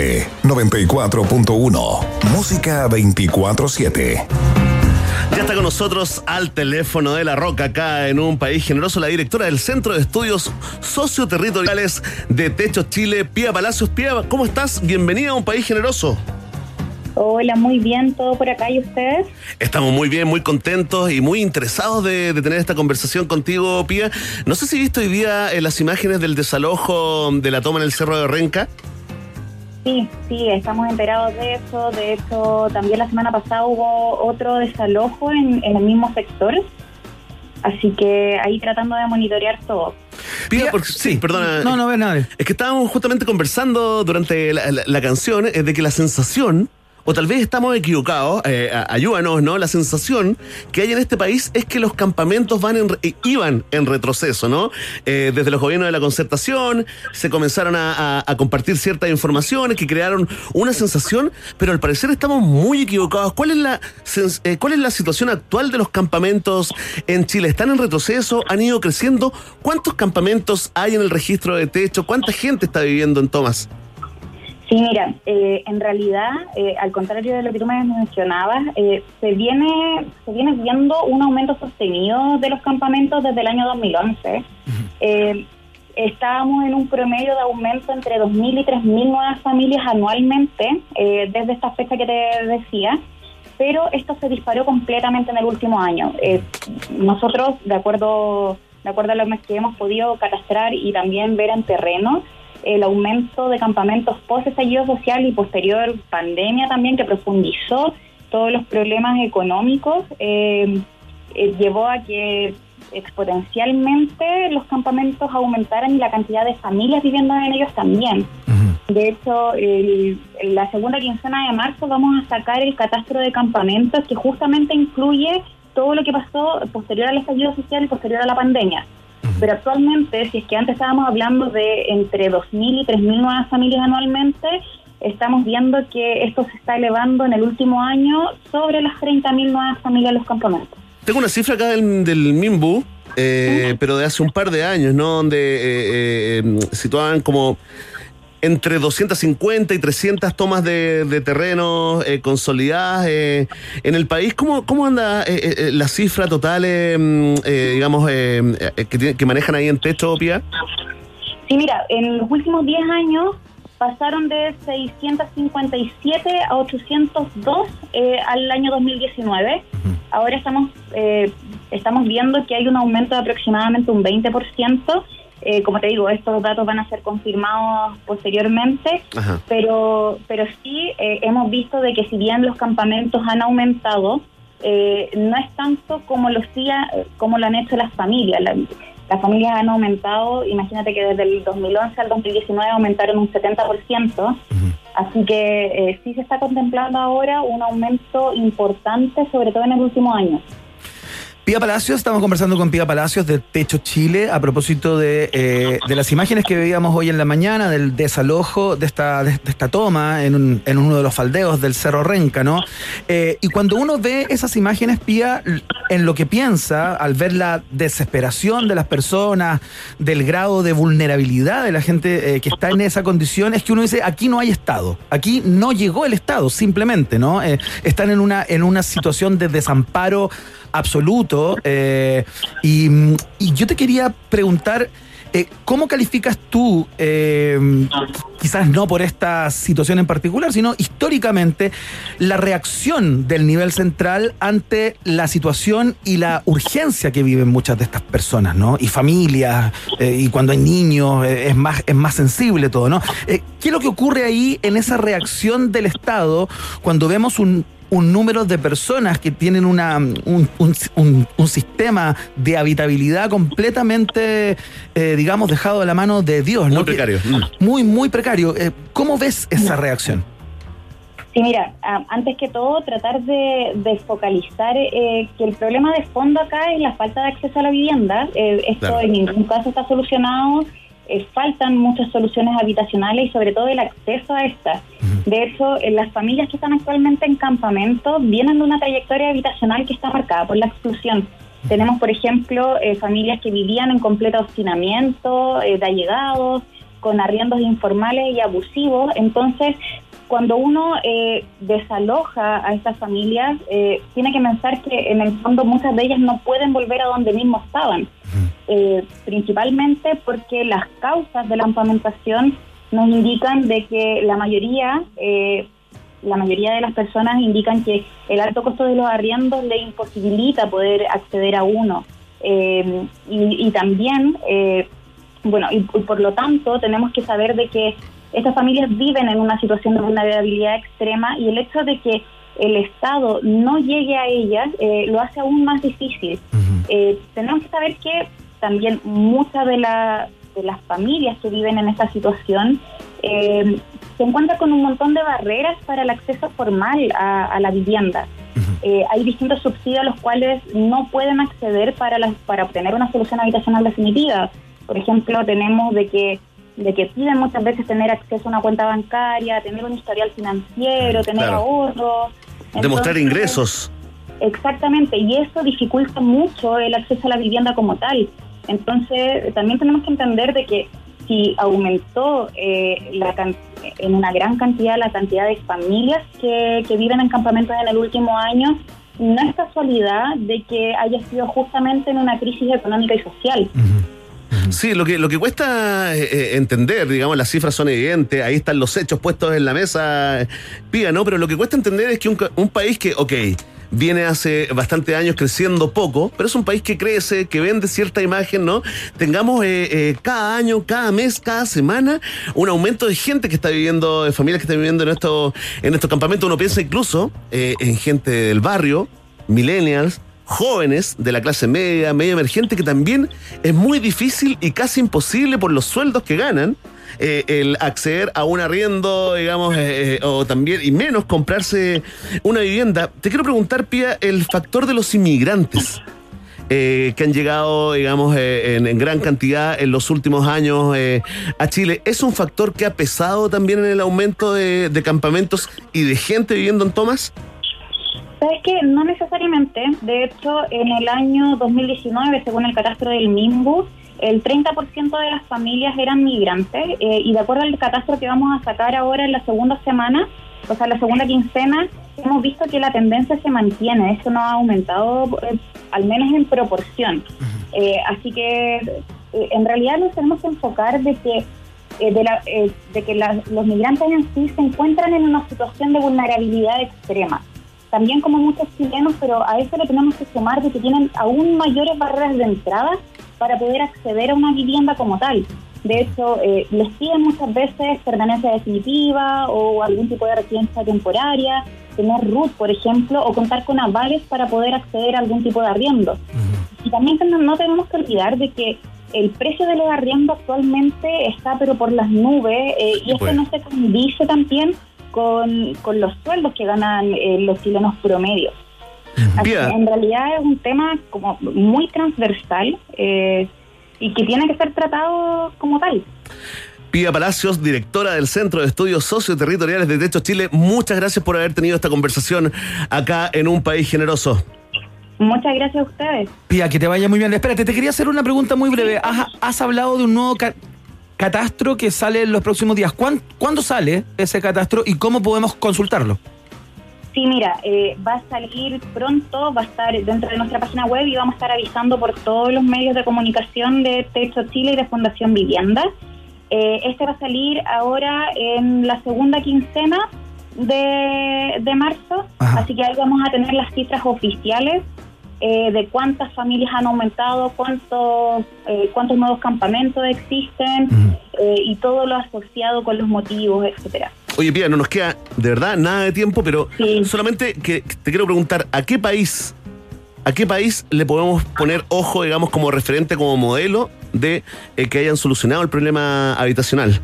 94.1. Música 24/7. Ya está con nosotros al teléfono de La Roca, acá en Un País Generoso, la directora del Centro de Estudios Socioterritoriales de Techo Chile, Pía Palacios. Pía, ¿cómo estás? Bienvenida a Un País Generoso. Hola, muy bien, todo por acá, ¿y ustedes? Estamos muy bien, muy contentos y muy interesados de tener esta conversación contigo, Pía. No sé si viste hoy día las imágenes del desalojo de la toma en el Cerro de Renca. Sí, estamos enterados de eso. De hecho, también la semana pasada hubo otro desalojo en el mismo sector. Así que ahí tratando de monitorear todo. Pía, sí, perdona. No, ve nada. Es que estábamos justamente conversando durante la canción de que la sensación, o tal vez estamos equivocados, ayúdanos, ¿no? La sensación que hay en este país es que los campamentos iban en retroceso, ¿no? Desde los gobiernos de la concertación se comenzaron a compartir ciertas informaciones que crearon una sensación, pero al parecer estamos muy equivocados. ¿Cuál es la situación actual de los campamentos en Chile? ¿Están en retroceso? ¿Han ido creciendo? ¿Cuántos campamentos hay en el registro de Techo? ¿Cuánta gente está viviendo en tomas? Sí, mira, en realidad, al contrario de lo que tú me mencionabas, se viene viendo un aumento sostenido de los campamentos desde el año 2011. Estábamos en un promedio de aumento entre 2.000 y 3.000 nuevas familias anualmente, desde esta fecha que te decía, pero esto se disparó completamente en el último año. Nosotros, de acuerdo a lo que hemos podido catastrar y también ver en terreno, el aumento de campamentos post-estallido social y posterior pandemia también, que profundizó todos los problemas económicos, llevó a que exponencialmente los campamentos aumentaran y la cantidad de familias viviendo en ellos también. De hecho, la segunda quincena de marzo vamos a sacar el catastro de campamentos, que justamente incluye todo lo que pasó posterior al estallido social y posterior a la pandemia. Pero actualmente, si es que antes estábamos hablando de entre 2.000 y 3.000 nuevas familias anualmente, estamos viendo que esto se está elevando en el último año sobre las 30.000 nuevas familias en los campamentos. Tengo una cifra acá del MIMBU, pero de hace un par de años, ¿no? Donde situaban como entre 250 y 300 tomas de terreno consolidadas en el país. ¿Cómo anda la cifra total, digamos, que manejan ahí en Techo, Pía? Sí, mira, en los últimos 10 años pasaron de 657 a 802 al año 2019. Ahora estamos viendo que hay un aumento de aproximadamente un 20%. Como te digo, estos datos van a ser confirmados posteriormente, pero sí hemos visto de que si bien los campamentos han aumentado, no es tanto como lo han hecho las familias. Las familias han aumentado, imagínate que desde el 2011 al 2019 aumentaron un 70%, así que sí se está contemplando ahora un aumento importante, sobre todo en el último año. Pía Palacios, estamos conversando con Pía Palacios de Techo Chile a propósito de las imágenes que veíamos hoy en la mañana del desalojo de esta toma en uno de los faldeos del Cerro Renca, ¿no? Y cuando uno ve esas imágenes, Pía, en lo que piensa, al ver la desesperación de las personas, del grado de vulnerabilidad de la gente que está en esa condición, es que uno dice, aquí no hay Estado, aquí no llegó el Estado, simplemente, ¿no? Están en una situación de desamparo absoluto, y yo te quería preguntar, ¿cómo calificas tú, quizás no por esta situación en particular, sino históricamente, la reacción del nivel central ante la situación y la urgencia que viven muchas de estas personas, ¿no? Y familias, y cuando hay niños, es más sensible todo, ¿no? ¿Qué es lo que ocurre ahí en esa reacción del Estado cuando vemos un número de personas que tienen un sistema de habitabilidad completamente, digamos, dejado de la mano de Dios, ¿no? Muy precario. Muy precario. ¿Cómo ves esa reacción? Sí, mira, antes que todo, tratar de focalizar que el problema de fondo acá es la falta de acceso a la vivienda. Esto en ningún caso está solucionado. Faltan muchas soluciones habitacionales y sobre todo el acceso a estas. De hecho, las familias que están actualmente en campamento vienen de una trayectoria habitacional que está marcada por la exclusión. Tenemos, por ejemplo, familias que vivían en completo hacinamiento de allegados, con arriendos informales y abusivos. Entonces, cuando uno desaloja a estas familias, tiene que pensar que en el fondo muchas de ellas no pueden volver a donde mismo estaban. Principalmente porque las causas de la empamentación nos indican de que la mayoría de las personas indican que el alto costo de los arriendos le imposibilita poder acceder a uno. Y también, y por lo tanto, tenemos que saber de que estas familias viven en una situación de vulnerabilidad extrema y el hecho de que el Estado no llegue a ellas lo hace aún más difícil. Tenemos que saber que también muchas de las familias que viven en esta situación se encuentran con un montón de barreras para el acceso formal a la vivienda. Hay distintos subsidios a los cuales no pueden acceder para obtener una solución habitacional definitiva. Por ejemplo, tenemos de que piden muchas veces tener acceso a una cuenta bancaria, tener un historial financiero, tener ahorros. Demostrar ingresos. Exactamente, y eso dificulta mucho el acceso a la vivienda como tal. Entonces, también tenemos que entender de que si aumentó en una gran cantidad la cantidad de familias que viven en campamentos en el último año, no es casualidad de que haya sido justamente en una crisis económica y social. Sí, lo que cuesta entender, digamos, las cifras son evidentes, ahí están los hechos puestos en la mesa, Pía, ¿no? Pero lo que cuesta entender es que un país que, viene hace bastante años creciendo poco, pero es un país que crece, que vende cierta imagen, ¿no? Tengamos cada año, cada mes, cada semana, un aumento de gente que está viviendo, de familias que están viviendo en estos campamentos. Uno piensa incluso en gente del barrio, millennials, jóvenes de la clase media emergente, que también es muy difícil y casi imposible por los sueldos que ganan el acceder a un arriendo, digamos, o también, y menos, comprarse una vivienda. Te quiero preguntar, Pía, el factor de los inmigrantes que han llegado, digamos, en gran cantidad en los últimos años a Chile, ¿es un factor que ha pesado también en el aumento de campamentos y de gente viviendo en tomas? ¿Sabes qué? No necesariamente. De hecho, en el año 2019, según el catastro del MIMBU, el 30% de las familias eran migrantes, y de acuerdo al catastro que vamos a sacar ahora en la segunda semana, o sea, la segunda quincena, hemos visto que la tendencia se mantiene. Eso no ha aumentado, al menos en proporción. Así que, en realidad nos tenemos que enfocar de que los migrantes en sí se encuentran en una situación de vulnerabilidad extrema. También como muchos chilenos, pero a eso le tenemos que sumar de que tienen aún mayores barreras de entrada para poder acceder a una vivienda como tal. De hecho, les piden muchas veces permanencia definitiva o algún tipo de residencia temporaria, tener RUT, por ejemplo, o contar con avales para poder acceder a algún tipo de arriendo. Y también no tenemos que olvidar de que el precio de los arriendos actualmente está pero por las nubes, y esto no se condice también con los sueldos que ganan los chilenos promedios. Así que en realidad es un tema como muy transversal y que tiene que ser tratado como tal. Pía Palacios, directora del Centro de Estudios Socioterritoriales de Techo Chile, muchas gracias por haber tenido esta conversación acá en Un País Generoso. Muchas gracias a ustedes. Pía, que te vaya muy bien. Espérate, te quería hacer una pregunta muy breve. ¿Has hablado de un nuevo catastro que sale en los próximos días? ¿Cuándo sale ese catastro y cómo podemos consultarlo? Sí, mira, va a salir pronto, va a estar dentro de nuestra página web y vamos a estar avisando por todos los medios de comunicación de Techo Chile y de Fundación Vivienda. Este va a salir ahora en la segunda quincena de marzo. Ajá. Así que ahí vamos a tener las cifras oficiales de cuántas familias han aumentado, cuántos nuevos campamentos existen, y todo lo asociado con los motivos, etcétera. Oye, Pía, no nos queda de verdad nada de tiempo, pero solamente que te quiero preguntar, ¿a qué país le podemos poner ojo, digamos, como referente, como modelo de que hayan solucionado el problema habitacional?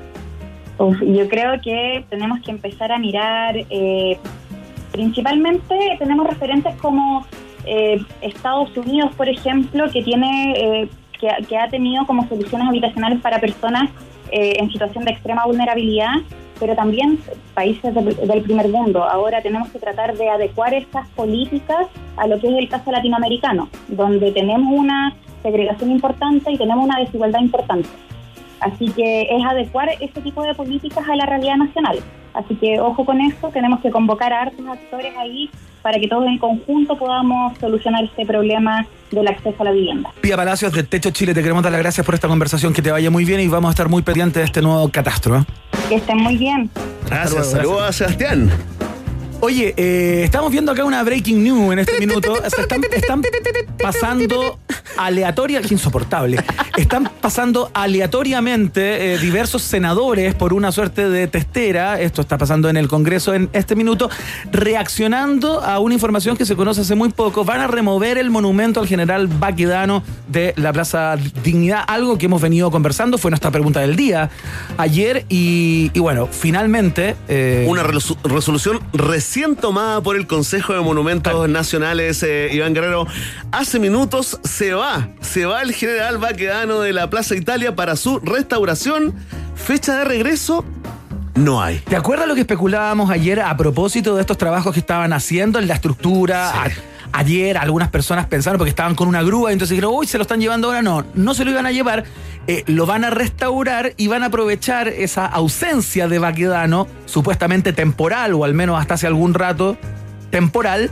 Yo creo que tenemos que empezar a mirar, principalmente tenemos referentes como Estados Unidos, por ejemplo, que tiene que ha tenido como soluciones habitacionales para personas en situación de extrema vulnerabilidad. pero también países del primer mundo. Ahora tenemos que tratar de adecuar estas políticas a lo que es el caso latinoamericano, donde tenemos una segregación importante y tenemos una desigualdad importante. Así que es adecuar ese tipo de políticas a la realidad nacional. Así que ojo con eso, tenemos que convocar a hartos actores ahí para que todos en conjunto podamos solucionar este problema del acceso a la vivienda. Pía Palacios de Techo Chile, te queremos dar las gracias por esta conversación, que te vaya muy bien y vamos a estar muy pendientes de este nuevo catastro. Que estén muy bien. Gracias, saludos a Sebastián. Oye, estamos viendo acá una breaking news en este minuto. Están pasando aleatoria, qué insoportable. Están pasando aleatoriamente diversos senadores por una suerte de testera. Esto está pasando en el Congreso en este minuto, reaccionando a una información que se conoce hace muy poco. Van a remover el monumento al general Baquedano de la Plaza Dignidad, algo que hemos venido conversando, fue nuestra pregunta del día ayer y bueno, finalmente... una resolución recién tomada por el Consejo de Monumentos Nacionales, Iván Guerrero. Hace minutos se va el general Baquedano de la Plaza Italia para su restauración. Fecha de regreso no hay. ¿Te acuerdas lo que especulábamos ayer a propósito de estos trabajos que estaban haciendo en la estructura? Sí. Ayer algunas personas pensaron, porque estaban con una grúa, y entonces dijeron, uy, se lo están llevando ahora. No se lo iban a llevar, lo van a restaurar y van a aprovechar esa ausencia de Baquedano, supuestamente temporal, o al menos hasta hace algún rato temporal,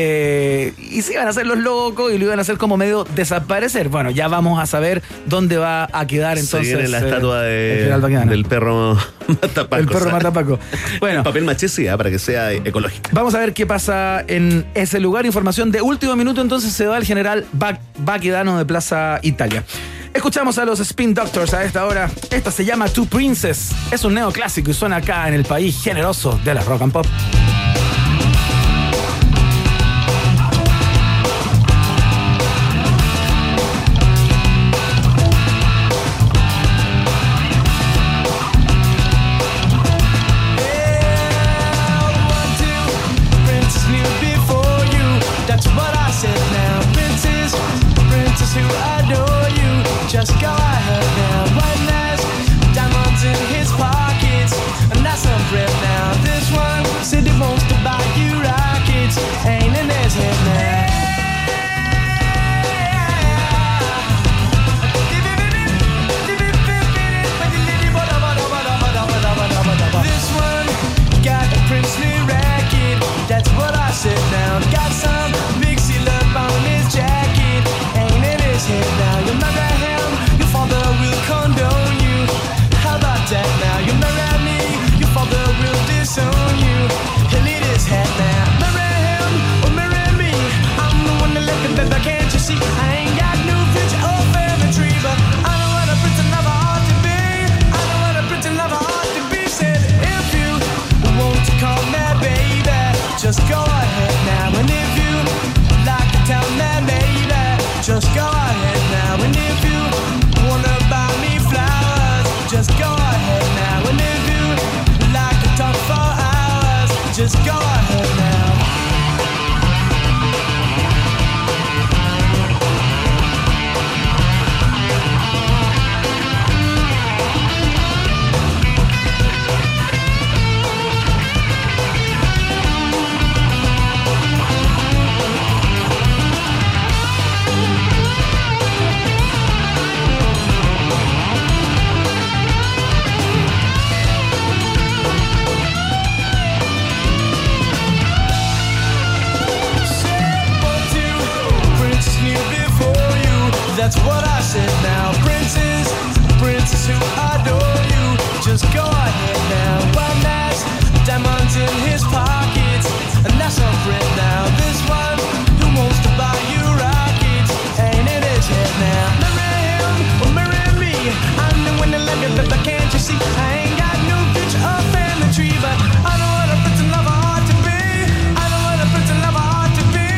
y se iban a hacer los locos y lo iban a hacer como medio desaparecer. Bueno, ya vamos a saber dónde va a quedar entonces. Se viene la estatua del perro Matapaco. El perro Matapaco. Bueno, el papel maché sí, para que sea ecológico. Vamos a ver qué pasa en ese lugar. Información de último minuto, entonces se va el general Baquedano de Plaza Italia. Escuchamos a los Spin Doctors a esta hora. Esta se llama Two Princes. Es un neoclásico y suena acá en el país generoso de la rock and pop. Just go ahead now, one last diamonds in his pockets, and that's some bread now. This one said he wants to buy you rockets, ain't in his head now. This one got a princely racket, that's what I said now. Got some big seal up on his jacket, ain't in his head now. You remember father will condone you. How about that now? You marry me, your father will disown you. He'll eat his hat now. Marry him or marry me, I'm the one that left him, baby, can't you see? I ain't got no future or family tree, but I know what a prince and lover ought to be. I know what a prince and lover ought to be. Said if you want to call me baby, just go ahead now. And if you like to tell me baby, just go ahead now. And if you wanna buy me flowers, just go ahead now. And if you like to talk for hours, just go ahead now. That's what I said now. Princes who adore you, just go ahead now. One last diamonds in his pockets, and that's some bread now. This one who wants to buy you rockets, ain't in his head now. Marry him or marry me, I'm the one that left you, but can't you see? I ain't got no future or family tree, but I know what a prince and lover ought to be. I know what a prince and lover ought to be.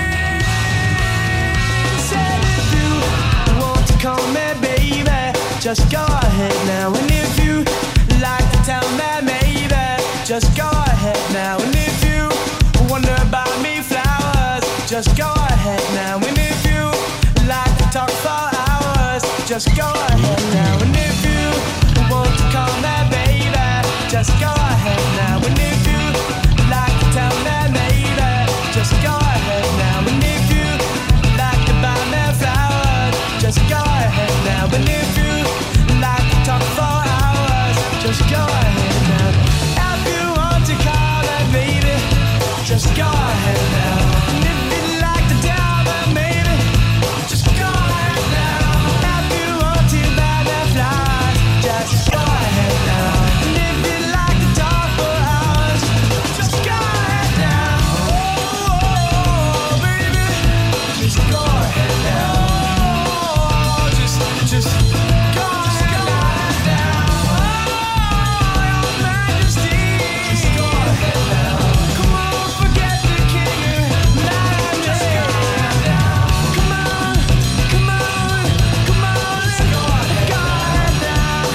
Said if you want to call me baby, just go ahead now. And if you like to tell me maybe, just go ahead now. And if you wonder about me flowers, just go ahead now. And if you like to talk for hours, just go ahead now. And if you want to call me baby, just go ahead now. And if you like to tell me maybe, just go ahead now. And if you like to buy me flowers, just go ahead now. And if you like to talk for hours, just go ahead now. If you want to call me baby, just go ahead now. And if you like to tell me maybe, just go ahead now. If you want to buy me flowers, just go ahead now. And if you like to talk for hours, just go ahead now. Oh, baby, just go ahead now. Oh, just go ahead now. Oh, your Majesty, just go ahead now. Come on, forget the king. Just go ahead now. Come on, come on, come on, let's go ahead now.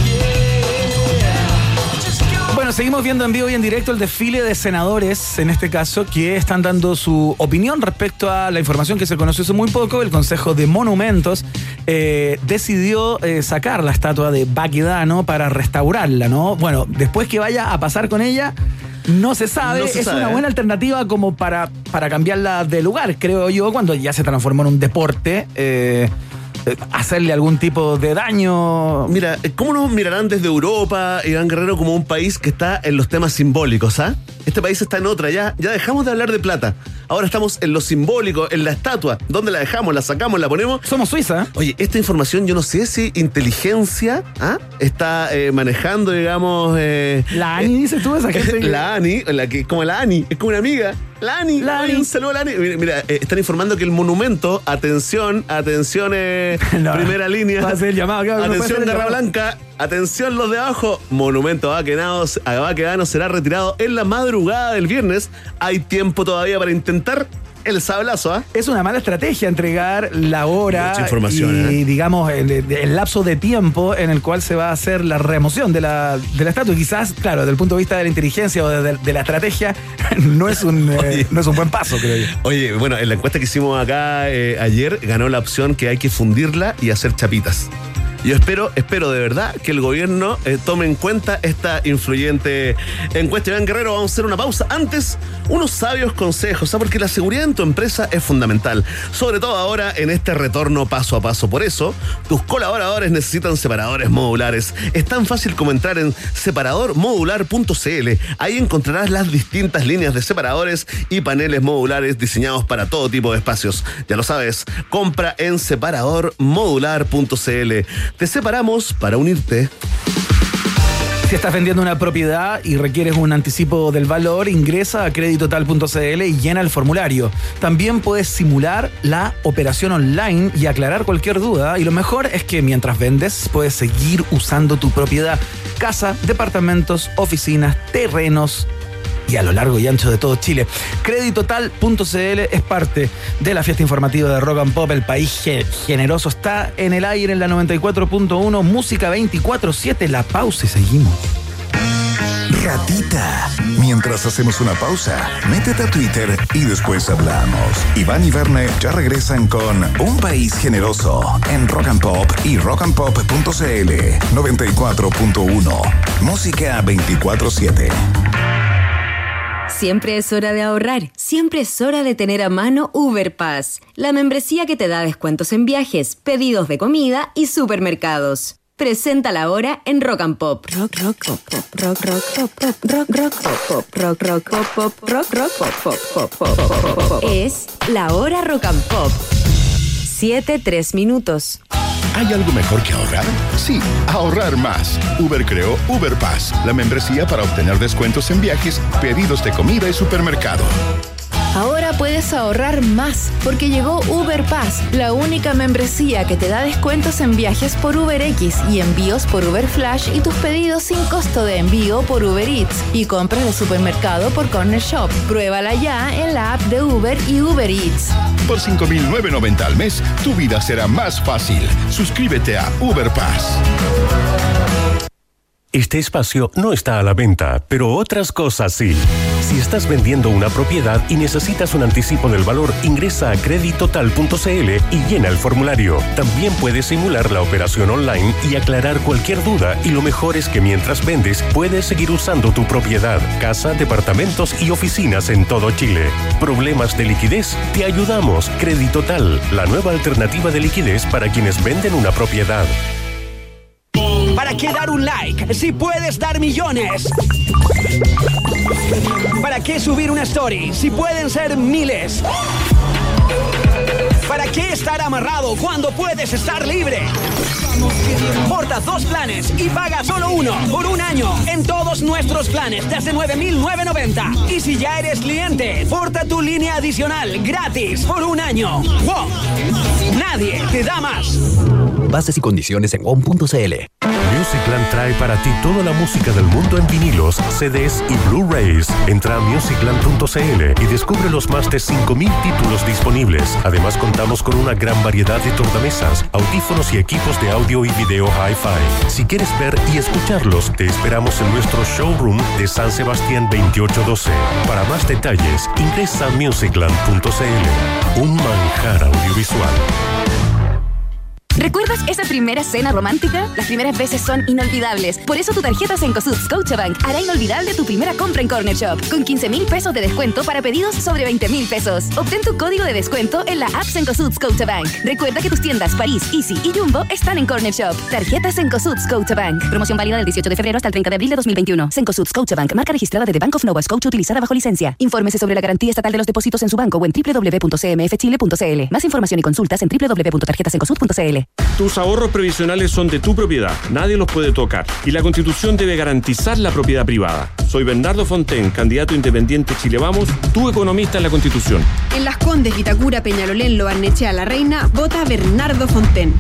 Yeah, just go. Bueno, seguimos viendo en vivo y en directo el desfile de senadores, en este caso, que están dando su opinión respecto a la información que se conoció hace muy poco. El Consejo de Monumentos decidió sacar la estatua de Baquedano para restaurarla, ¿no? Bueno, después que vaya a pasar con ella, no se sabe. No se es sabe, una buena alternativa como para cambiarla de lugar, creo yo, cuando ya se transformó en un deporte. Hacerle algún tipo de daño. Mira, ¿cómo nos mirarán desde Europa, Iván Guerrero, como un país que está en los temas simbólicos, ah? Este país está en otra, ya dejamos de hablar de plata. Ahora estamos en lo simbólico, en la estatua. ¿Dónde la dejamos? ¿La sacamos? ¿La ponemos? Somos Suiza. Oye, esta información, yo no sé si inteligencia está manejando, digamos... la ANI, dices tú, esa gente. La ANI, como la ANI, es como una amiga. La ANI. Oye, un saludo a la ANI. Mira, están informando que el monumento, atención, primera línea. Va a ser el llamado, claro, atención, Garra Blanca. Atención los de abajo, monumento a Baquedano será retirado en la madrugada del viernes. Hay tiempo todavía para intentar el sablazo, ¿ah? Es una mala estrategia entregar la hora y digamos el lapso de tiempo en el cual se va a hacer la remoción de la estatua. Quizás, claro, desde el punto de vista de la inteligencia o de la estrategia, no es un buen paso, creo yo. Oye, bueno, en la encuesta que hicimos acá ayer, ganó la opción que hay que fundirla y hacer chapitas. Yo espero de verdad que el gobierno tome en cuenta esta influyente encuesta. Iván Guerrero, vamos a hacer una pausa. Antes, unos sabios consejos, porque la seguridad en tu empresa es fundamental, sobre todo ahora en este retorno paso a paso. Por eso, tus colaboradores necesitan separadores modulares. Es tan fácil como entrar en separadormodular.cl. Ahí encontrarás las distintas líneas de separadores y paneles modulares diseñados para todo tipo de espacios. Ya lo sabes, compra en separadormodular.cl. Te separamos para unirte. Si estás vendiendo una propiedad y requieres un anticipo del valor, ingresa a creditotal.cl y llena el formulario. También puedes simular la operación online y aclarar cualquier duda. Y lo mejor es que mientras vendes, puedes seguir usando tu propiedad. Casa, departamentos, oficinas, terrenos y a lo largo y ancho de todo Chile. Creditotal.cl es parte de la fiesta informativa de Rock and Pop. El país generoso está en el aire en la 94.1, música 24/7. La pausa y seguimos. Ratita. Mientras hacemos una pausa, métete a Twitter y después hablamos. Iván y Verne ya regresan con Un País Generoso en Rock and Pop y rockandpop.cl 94.1, música 24/7. Siempre es hora de ahorrar, siempre es hora de tener a mano UberPass, la membresía que te da descuentos en viajes, pedidos de comida y supermercados. Preséntala ahora en Rock and Pop. Es la hora Rock and Pop. 7:03 minutos. ¿Hay algo mejor que ahorrar? Sí, ahorrar más. Uber creó UberPass, la membresía para obtener descuentos en viajes, pedidos de comida y supermercado. Ahora puedes ahorrar más porque llegó UberPass, la única membresía que te da descuentos en viajes por UberX y envíos por Uber Flash y tus pedidos sin costo de envío por Uber Eats y compras de supermercado por Corner Shop. Pruébala ya en la app de Uber y Uber Eats. Por $5,990 al mes, tu vida será más fácil. Suscríbete a UberPass. Este espacio no está a la venta, pero otras cosas sí. Si estás vendiendo una propiedad y necesitas un anticipo del valor, ingresa a creditotal.cl y llena el formulario. También puedes simular la operación online y aclarar cualquier duda, y lo mejor es que mientras vendes puedes seguir usando tu propiedad, casa, departamentos y oficinas en todo Chile. ¿Problemas de liquidez? Te ayudamos. Creditotal, la nueva alternativa de liquidez para quienes venden una propiedad. ¿Para qué dar un like si puedes dar millones? ¿Para qué subir una story si pueden ser miles? ¿Para qué estar amarrado cuando puedes estar libre? Porta 2 planes y paga solo uno por un año en todos nuestros planes desde 9.990. Y si ya eres cliente, porta tu línea adicional gratis por un año. WOM. Nadie te da más. Bases y condiciones en WOM.cl. Musicland trae para ti toda la música del mundo en vinilos, CDs y Blu-rays. Entra a musicland.cl y descubre los más de 5.000 títulos disponibles. Además, contamos con una gran variedad de tornamesas, audífonos y equipos de audio y video hi-fi. Si quieres ver y escucharlos, te esperamos en nuestro showroom de San Sebastián 2812. Para más detalles, ingresa a musicland.cl. Un manjar audiovisual. ¿Recuerdas esa primera cena romántica? Las primeras veces son inolvidables. Por eso tu tarjeta Cencosud Scotiabank hará inolvidable tu primera compra en Corner Shop. Con 15.000 pesos de descuento para pedidos sobre 20.000 pesos. Obtén tu código de descuento en la app Cencosud Scotiabank. Recuerda que tus tiendas París, Easy y Jumbo están en Corner Shop. Tarjeta Cencosud Scotiabank. Promoción válida del 18 de febrero hasta el 30 de abril de 2021. Cencosud Scotiabank, marca registrada de The Bank of Nova Scotia utilizada bajo licencia. Infórmese sobre la garantía estatal de los depósitos en su banco o en www.cmfchile.cl. Más información y consultas en www.tarjetacencosud.cl. Tus ahorros previsionales son de tu propiedad, nadie los puede tocar, y la Constitución debe garantizar la propiedad privada. Soy Bernardo Fontaine, candidato independiente Chile Vamos, tu economista en la Constitución. En Las Condes, Vitacura, Peñalolén, Lo Barnechea, La Reina, vota Bernardo Fontaine.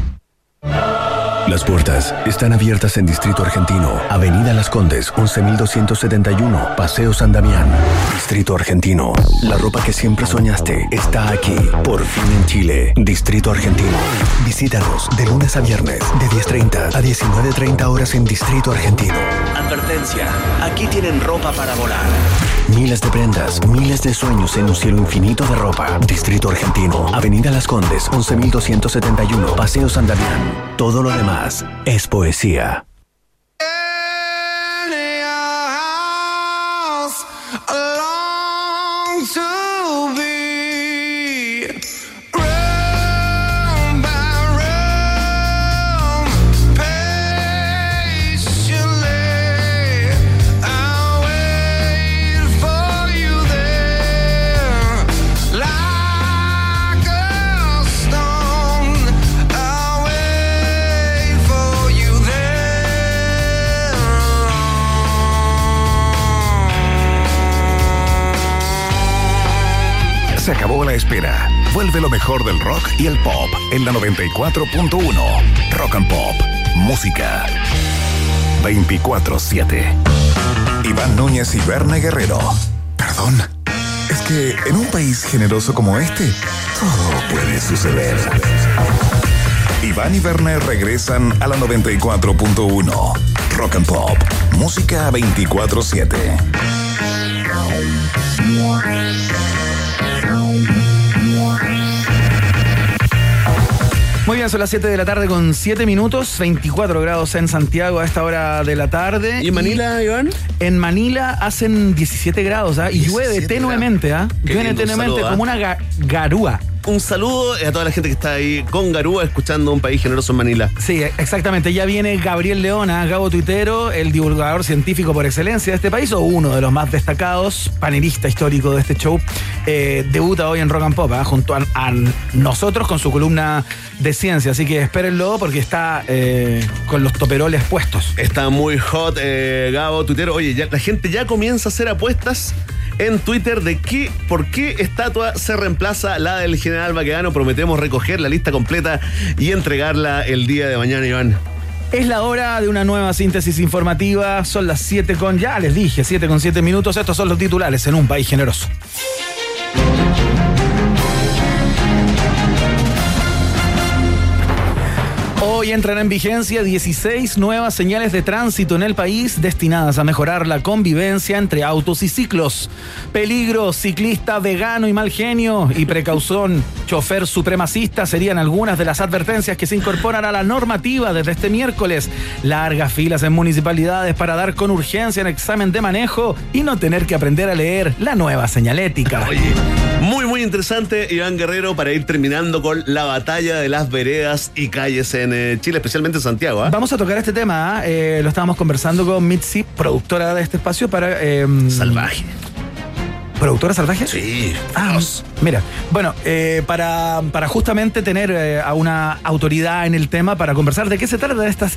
Las puertas están abiertas en Distrito Argentino, Avenida Las Condes, 11.271, Paseo San Damián. Distrito Argentino, la ropa que siempre soñaste está aquí, por fin en Chile. Distrito Argentino. Visítanos de lunes a viernes, de 10:30 a 19:30 horas en Distrito Argentino. Advertencia, aquí tienen ropa para volar. Miles de prendas, miles de sueños en un cielo infinito de ropa. Distrito Argentino, Avenida Las Condes, 11.271, Paseo San Damián. Todo lo demás es poesía. Se acabó la espera. Vuelve lo mejor del rock y el pop en la 94.1. Rock and Pop. Música 24/7. Iván Núñez y Verne Guerrero. Perdón. Es que en un país generoso como este, todo puede suceder. Iván y Verne regresan a la 94.1. Rock and Pop. Música 24/7. Muy bien, son las 7 de la tarde con 7 minutos, 24 grados en Santiago a esta hora de la tarde. ¿Y en Manila, Iván? En Manila hacen 17 grados, y llueve tenuemente, llueve tenuemente, como una garúa. Un saludo a toda la gente que está ahí con garúa escuchando Un País Generoso en Manila. Sí, exactamente. Ya viene Gabriel Leona, Gabo Tuitero, el divulgador científico por excelencia de este país, o uno de los más destacados, panelista histórico de este show. Debuta hoy en Rock and Pop, junto a nosotros con su columna de ciencia. Así que espérenlo porque está con los toperoles puestos. Está muy hot, Gabo Tuitero. Oye, la gente ya comienza a hacer apuestas en Twitter de por qué estatua se reemplaza la del general Baquedano. Prometemos recoger la lista completa y entregarla el día de mañana, Iván. Es la hora de una nueva síntesis informativa. Son las 7 con 7 minutos. Estos son los titulares en Un País Generoso. Hoy entran en vigencia 16 nuevas señales de tránsito en el país destinadas a mejorar la convivencia entre autos y ciclos. Peligro, ciclista vegano y mal genio, y precaución, chofer supremacista serían algunas de las advertencias que se incorporan a la normativa desde este miércoles. Largas filas en municipalidades para dar con urgencia en examen de manejo y no tener que aprender a leer la nueva señalética. Oye, muy interesante, Iván Guerrero, para ir terminando con la batalla de las veredas y calles en Chile, especialmente en Santiago. Vamos a tocar este tema, lo estábamos conversando con Mitzi, productora de este espacio para... Salvaje. ¿Productora salvaje? Sí. Mira, bueno, para justamente tener a una autoridad en el tema para conversar de qué se trata de estas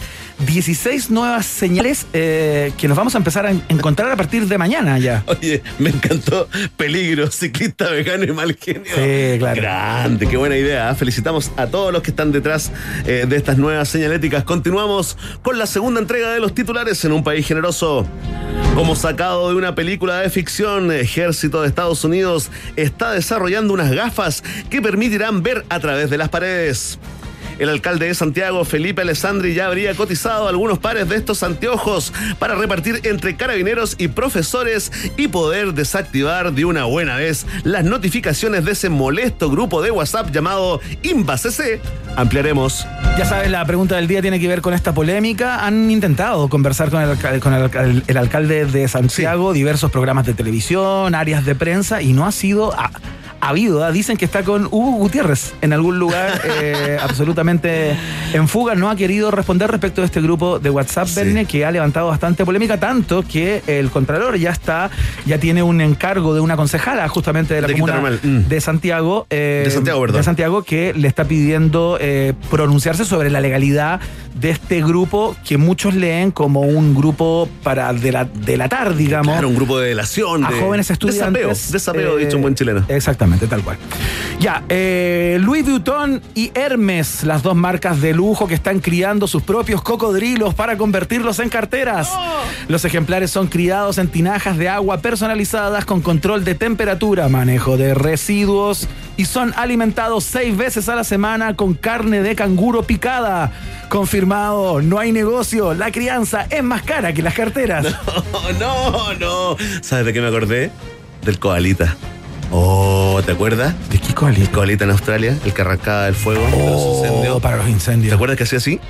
16 nuevas señales que nos vamos a empezar a encontrar a partir de mañana ya. Oye, me encantó. Peligro, ciclista vegano y mal genio. Sí, claro. Grande, qué buena idea. Felicitamos a todos los que están detrás de estas nuevas señaléticas. Continuamos con la segunda entrega de los titulares en un país generoso. Como sacado de una película de ficción, Ejército de Estados Unidos está desarrollando unas gafas que permitirán ver a través de las paredes. El alcalde de Santiago, Felipe Alessandri, ya habría cotizado algunos pares de estos anteojos para repartir entre carabineros y profesores y poder desactivar de una buena vez las notificaciones de ese molesto grupo de WhatsApp llamado InvaCC. Ampliaremos. Ya sabes, la pregunta del día tiene que ver con esta polémica. Han intentado conversar con el alcalde de Santiago, diversos programas de televisión, áreas de prensa, y no ha sido... habido, dicen que está con Hugo Gutiérrez en algún lugar absolutamente en fuga. No ha querido responder respecto de este grupo de WhatsApp, Verne, que ha levantado bastante polémica, tanto que el Contralor ya tiene un encargo de una concejala justamente de la comuna de Santiago, de Santiago, que le está pidiendo pronunciarse sobre la legalidad de este grupo que muchos leen como un grupo para delatar, digamos. Claro, un grupo de delación. A jóvenes estudiantes. Desapego, dicho un buen chileno. Exactamente, tal cual. Ya, Louis Vuitton y Hermes, las dos marcas de lujo que están criando sus propios cocodrilos para convertirlos en carteras. Los ejemplares son criados en tinajas de agua personalizadas con control de temperatura, manejo de residuos y son alimentados 6 veces a la semana con carne de canguro picada. Confirmado, no hay negocio, la crianza es más cara que las carteras. No. ¿Sabes de qué me acordé? Del koalita. Oh, ¿te acuerdas? ¿De qué koalita? El koalita en Australia, el que arrancaba el fuego para los incendios. ¿Te acuerdas que hacía así?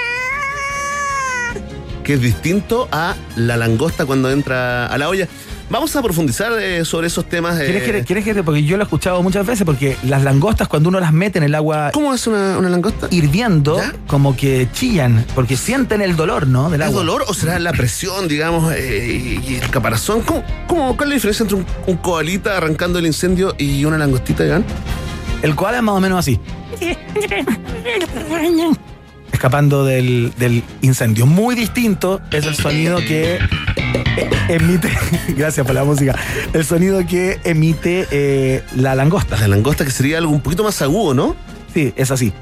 Que es distinto a la langosta cuando entra a la olla. Vamos a profundizar sobre esos temas. ¿Quieres que porque yo lo he escuchado muchas veces, porque las langostas cuando uno las mete en el agua... ¿Cómo es una langosta? Hirviendo, ¿ya? Como que chillan, porque sienten el dolor, ¿no? Del agua. ¿El dolor o será la presión, digamos, y el caparazón? ¿Cuál es la diferencia entre un koalita arrancando el incendio y una langostita, Iván? El koala es más o menos así. Escapando del incendio. Muy distinto es el sonido que emite, gracias por la música, el sonido que emite la langosta. La langosta, que sería algo un poquito más agudo, ¿no? Sí, es así.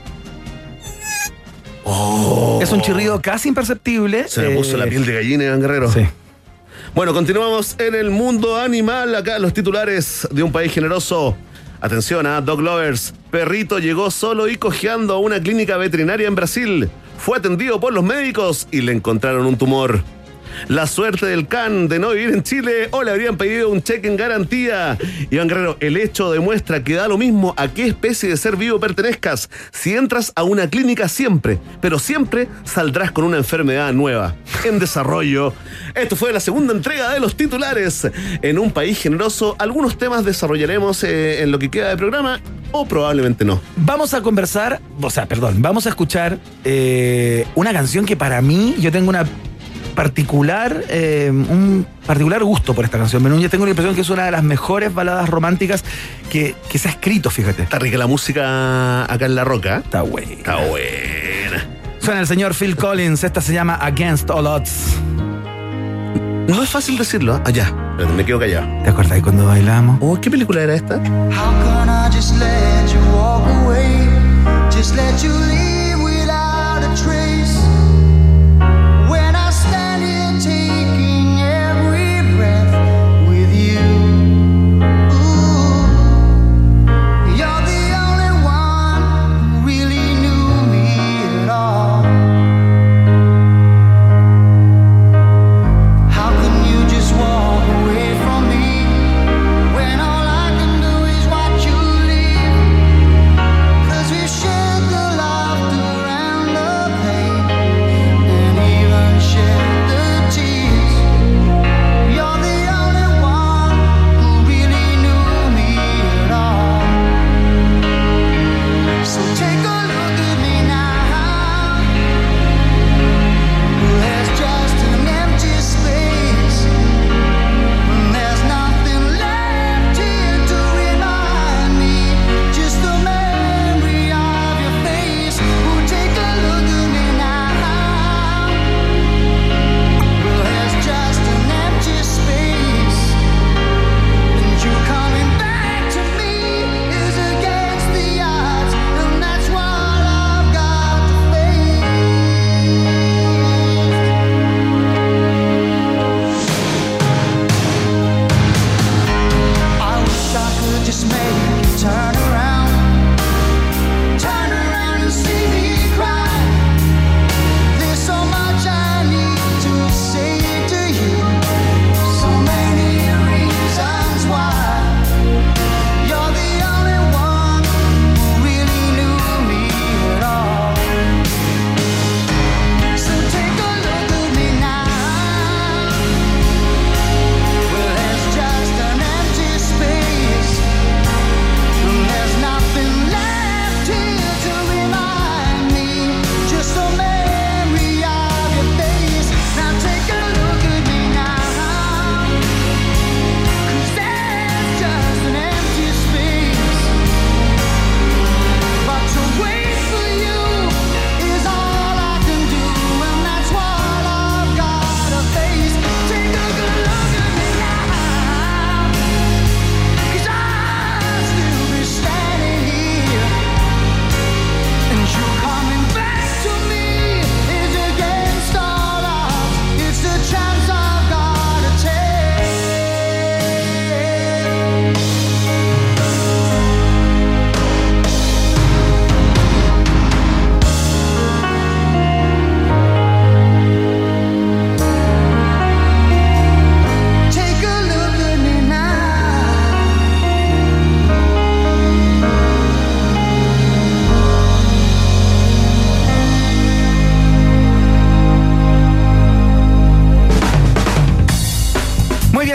Es un chirrido casi imperceptible. Se me puso la piel de gallina, Iván Guerrero. Sí. Bueno, continuamos en el mundo animal. Acá los titulares de un país generoso. Atención a Dog Lovers. Perrito llegó solo y cojeando a una clínica veterinaria en Brasil. Fue atendido por los médicos y le encontraron un tumor. La suerte del can de no vivir en Chile, o le habrían pedido un cheque en garantía. Iván Guerrero, el hecho demuestra que da lo mismo a qué especie de ser vivo pertenezcas. Si entras a una clínica siempre, pero siempre saldrás con una enfermedad nueva, en desarrollo. Esto fue la segunda entrega de los titulares. En un país generoso, algunos temas desarrollaremos en lo que queda de programa, o probablemente no. Vamos a conversar, vamos a escuchar una canción que para mí, yo tengo un particular gusto por esta canción. Yo tengo la impresión que es una de las mejores baladas románticas que se ha escrito, fíjate. Está rica la música acá en La Roca. Está buena. Está buena. Suena el señor Phil Collins. Esta se llama Against All Odds. No es fácil decirlo. Ya, pero me quedo callado. ¿Te acuerdas cuando bailamos? Oh, ¿qué película era esta? How can I just let you walk away? Just let you leave without a trace. When I stand here taking every breath with you. Ooh, you're the only one who really knew me at all.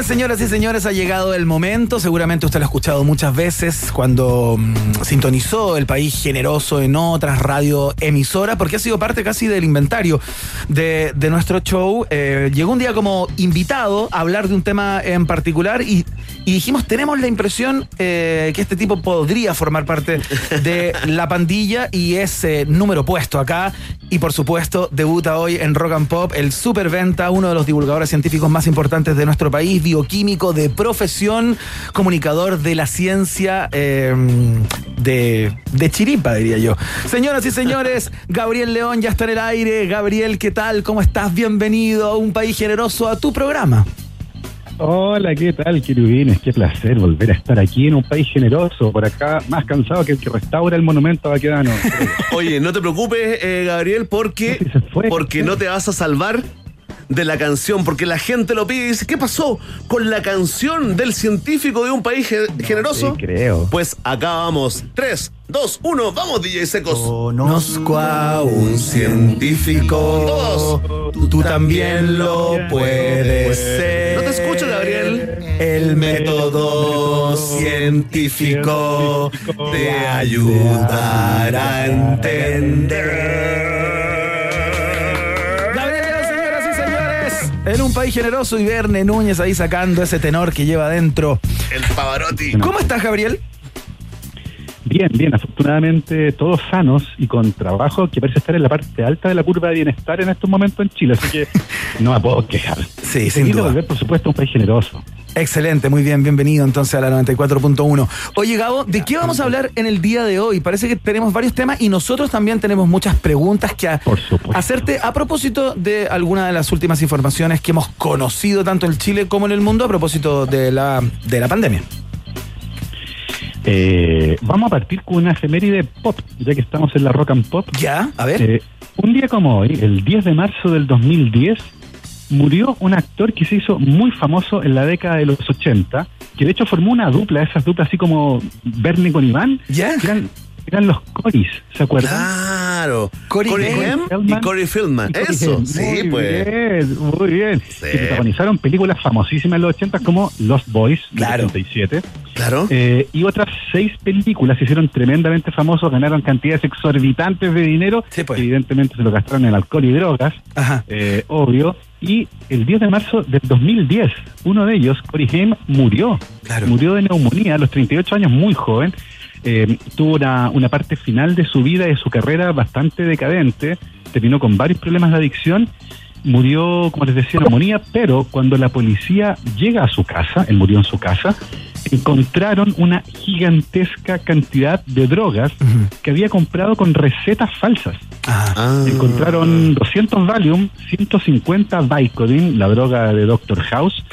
bien, señoras y señores, ha llegado el momento. Seguramente usted lo ha escuchado muchas veces cuando sintonizó El País Generoso en otras radioemisoras, porque ha sido parte casi del inventario de nuestro show. Llegó un día como invitado a hablar de un tema en particular y dijimos, tenemos la impresión que este tipo podría formar parte de la pandilla, y es número puesto acá. Y por supuesto, debuta hoy en Rock and Pop el Superventa, uno de los divulgadores científicos más importantes de nuestro país, bioquímico de profesión, comunicador de la ciencia de chiripa, diría yo. Señoras y señores, Gabriel León ya está en el aire. Gabriel, ¿qué tal? ¿Cómo estás? Bienvenido a Un País Generoso, a tu programa. Hola, ¿qué tal, querubines? Qué placer volver a estar aquí en Un País Generoso. Por acá, más cansado que el que restaura el monumento a Baquedano. Oye, no te preocupes, Gabriel, porque no te vas a salvar de la canción, porque la gente lo pide y dice, ¿qué pasó con la canción del científico de Un País Generoso? Sí, creo. Pues acá vamos. 3, 2, 1, vamos, DJ Secos. Conozco a un científico. Todos. Tú también lo puedes ser. No te escucho, Gabriel. El método científico te ayudará a entender. En Un País Generoso, y Verne Núñez ahí sacando ese tenor que lleva adentro. El Pavarotti. ¿Cómo estás, Gabriel? Bien, bien, afortunadamente todos sanos y con trabajo que parece estar en la parte alta de la curva de bienestar en estos momentos en Chile, así que no me puedo quejar. Sí, sin duda. Volver, por supuesto, a Un País Generoso. Excelente, muy bien, bienvenido entonces a la 94.1. Oye, Gabo, ¿de qué vamos a hablar en el día de hoy? Parece que tenemos varios temas y nosotros también tenemos muchas preguntas que hacerte a propósito de alguna de las últimas informaciones que hemos conocido tanto en Chile como en el mundo a propósito de la pandemia. Vamos a partir con una efeméride pop, ya que estamos en la Rock and Pop. Ya, a ver. Un día como hoy, el 10 de marzo del 2010, murió un actor que se hizo muy famoso en la década de los 80, que de hecho formó una dupla, esas duplas así como Bernie con Iván, ¿ya? Eran los Corys, ¿se acuerdan? Claro, Corey Haim y Corey Feldman. Eso, sí, pues. Muy bien. Sí. Que protagonizaron películas famosísimas en los 80 como Lost Boys, claro, del 87. Claro. Y otras 6 películas se hicieron tremendamente famosos, ganaron cantidades exorbitantes de dinero. Sí, pues. Evidentemente se lo gastaron en alcohol y drogas. Ajá. Obvio. Y el 10 de marzo del 2010, uno de ellos, Corey Haim, murió. Claro. Murió de neumonía a los 38 años, muy joven. Tuvo una parte final de su vida y de su carrera bastante decadente, terminó con varios problemas de adicción, murió, como les decía, neumonía, pero cuando la policía llega a su casa, él murió en su casa, encontraron una gigantesca cantidad de drogas que había comprado con recetas falsas. Encontraron 200 Valium, 150 Vicodin, la droga de Dr. House,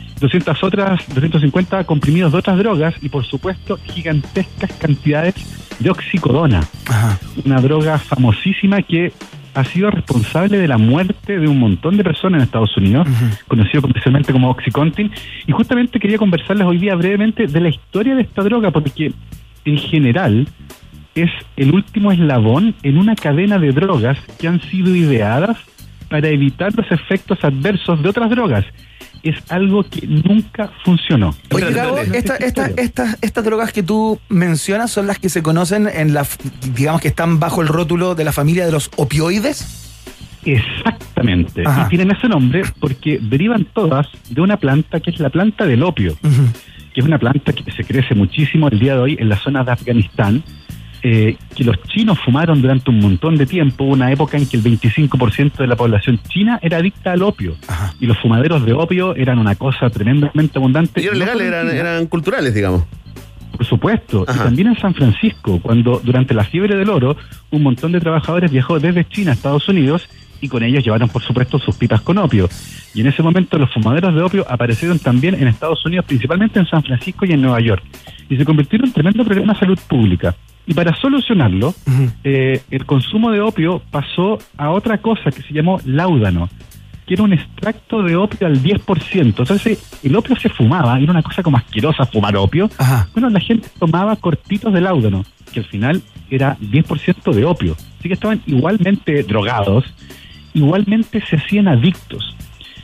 250 comprimidos de otras drogas y, por supuesto, gigantescas cantidades de oxicodona, una droga famosísima que ha sido responsable de la muerte de un montón de personas en Estados Unidos, conocido comercialmente como Oxycontin, y justamente quería conversarles hoy día brevemente de la historia de esta droga, porque en general es el último eslabón en una cadena de drogas que han sido ideadas para evitar los efectos adversos de otras drogas. Es algo que nunca funcionó. Oye, Gabo, estas drogas que tú mencionas son las que se conocen digamos que están bajo el rótulo de la familia de los opioides. Exactamente. Y tienen ese nombre porque derivan todas de una planta que es la planta del opio, que es una planta que se crece muchísimo el día de hoy en la zona de Afganistán, que los chinos fumaron durante un montón de tiempo. Hubo una época en que el 25% de la población china era adicta al opio. Y los fumaderos de opio eran una cosa tremendamente abundante. Y eran legales, eran culturales, digamos. Por supuesto. Y también en San Francisco, cuando durante la fiebre del oro, un montón de trabajadores viajó desde China a Estados Unidos y con ellos llevaron, por supuesto, sus pipas con opio. Y en ese momento los fumaderos de opio aparecieron también en Estados Unidos, principalmente en San Francisco y en Nueva York. Y se convirtieron en un tremendo problema de salud pública. Y para solucionarlo, el consumo de opio pasó a otra cosa que se llamó láudano, que era un extracto de opio al 10%. Entonces el opio se fumaba, era una cosa como asquerosa fumar opio. Bueno, la gente tomaba cortitos de láudano, que al final era 10% de opio. Así que estaban igualmente drogados, igualmente se hacían adictos.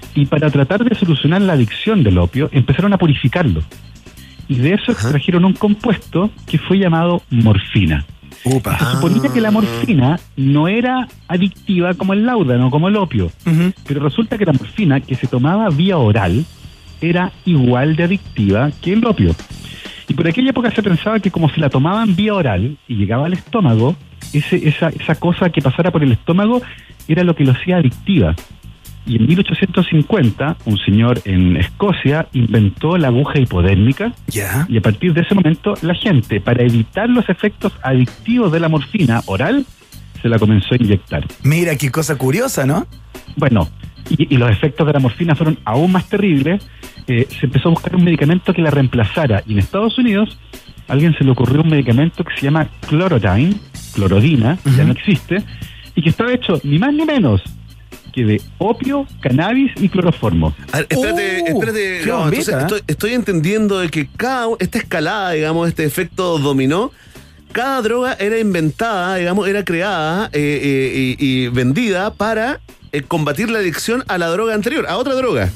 Y para tratar de solucionar la adicción del opio, empezaron a purificarlo. Y de eso extrajeron un compuesto que fue llamado morfina. Se suponía que la morfina no era adictiva como el láudano, como el opio. Pero resulta que la morfina, que se tomaba vía oral, era igual de adictiva que el opio. Y por aquella época se pensaba que como se la tomaban vía oral y llegaba al estómago, esa cosa que pasara por el estómago era lo que lo hacía adictiva. Y en 1850, un señor en Escocia inventó la aguja hipodérmica. Y a partir de ese momento, la gente, para evitar los efectos adictivos de la morfina oral, se la comenzó a inyectar. Mira, qué cosa curiosa, ¿no? Bueno, y los efectos de la morfina fueron aún más terribles. Se empezó a buscar un medicamento que la reemplazara. Y en Estados Unidos, a alguien se le ocurrió un medicamento que se llama clorodina, ya no existe, y que estaba hecho ni más ni menos que de opio, cannabis y cloroformo. A ver, espérate. No, entonces estoy entendiendo de que esta escalada, digamos, este efecto dominó, cada droga era inventada, digamos, era creada y vendida para combatir la adicción a la droga anterior, a otra droga.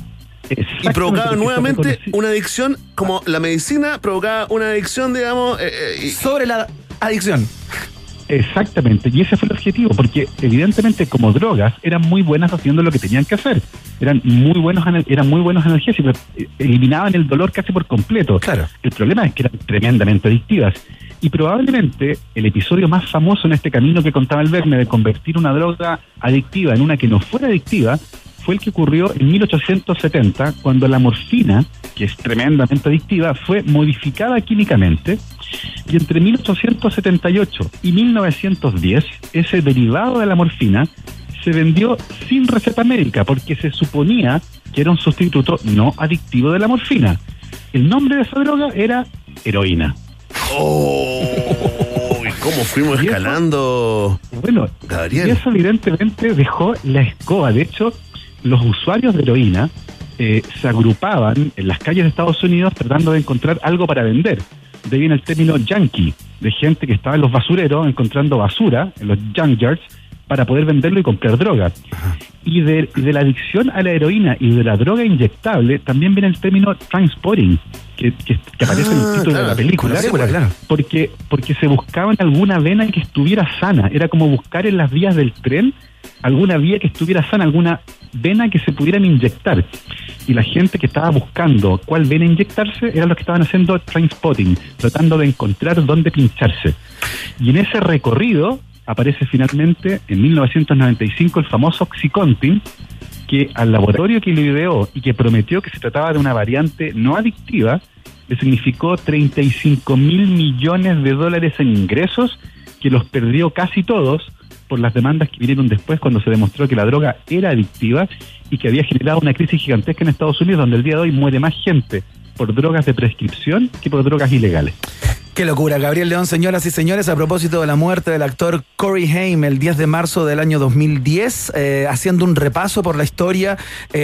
Y provocaba nuevamente una adicción, como la medicina provocaba una adicción, digamos... sobre la adicción. Exactamente, y ese fue el objetivo, porque evidentemente como drogas eran muy buenas haciendo lo que tenían que hacer. Eran muy buenos analgésicos, eliminaban el dolor casi por completo. Claro. El problema es que eran tremendamente adictivas. Y probablemente el episodio más famoso en este camino que contaba el Verne de convertir una droga adictiva en una que no fuera adictiva fue el que ocurrió en 1870, cuando la morfina, que es tremendamente adictiva, fue modificada químicamente. Y entre 1878 y 1910, ese derivado de la morfina se vendió sin receta médica, porque se suponía que era un sustituto no adictivo de la morfina. El nombre de esa droga era heroína. ¿Cómo fuimos escalando? Bueno, Gabriel. Y eso evidentemente dejó la escoba. De hecho, los usuarios de heroína se agrupaban en las calles de Estados Unidos tratando de encontrar algo para vender. De ahí viene el término junkie, de gente que estaba en los basureros encontrando basura, en los junkyards, para poder venderlo y comprar droga. Y de la adicción a la heroína y de la droga inyectable también viene el término transporting, que aparece en el título de la película, claro. Porque se buscaba en alguna vena que estuviera sana. Era como buscar en las vías del tren alguna vía que estuviera sana, alguna vena que se pudieran inyectar. Y la gente que estaba buscando cuál vena inyectarse eran los que estaban haciendo trainspotting, tratando de encontrar dónde pincharse. Y en ese recorrido aparece finalmente en 1995 el famoso Oxycontin, que al laboratorio que lo ideó y que prometió que se trataba de una variante no adictiva, le significó $35,000 millones en ingresos, que los perdió casi todos por las demandas que vinieron después, cuando se demostró que la droga era adictiva y que había generado una crisis gigantesca en Estados Unidos, donde el día de hoy muere más gente por drogas de prescripción que por drogas ilegales. Qué locura, Gabriel León, señoras y señores, a propósito de la muerte del actor Corey Haim el 10 de marzo del año 2010, haciendo un repaso por la historia,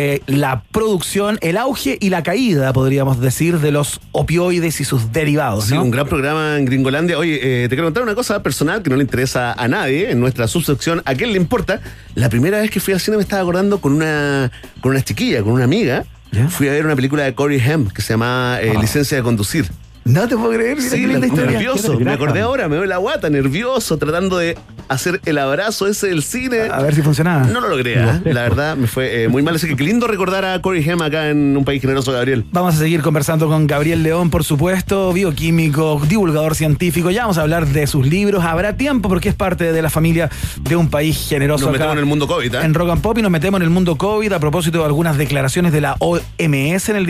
la producción, el auge y la caída, podríamos decir, de los opioides y sus derivados, ¿no? Sí, un gran programa en Gringolandia. Oye, te quiero contar una cosa personal que no le interesa a nadie, en nuestra subsección ¿A quién le importa? La primera vez que fui al cine me estaba acordando con una chiquilla, con una amiga. ¿Ya? Fui a ver una película de Corey Haim que se llama Licencia de Conducir. No te puedo creer. Sí, nervioso. Me acordé ahora, me doy la guata, nervioso, tratando de hacer el abrazo ese del cine. A ver si funcionaba. No lo logré, ¿eh? La verdad me fue muy mal. Así que qué lindo recordar a Corey Haim acá en Un País Generoso, Gabriel. Vamos a seguir conversando con Gabriel León, por supuesto, bioquímico, divulgador científico. Ya vamos a hablar de sus libros. Habrá tiempo porque es parte de la familia de Un País Generoso. Nos metemos en el mundo COVID, en Rock and Pop, y nos metemos en el mundo COVID a propósito de algunas declaraciones de la OMS en el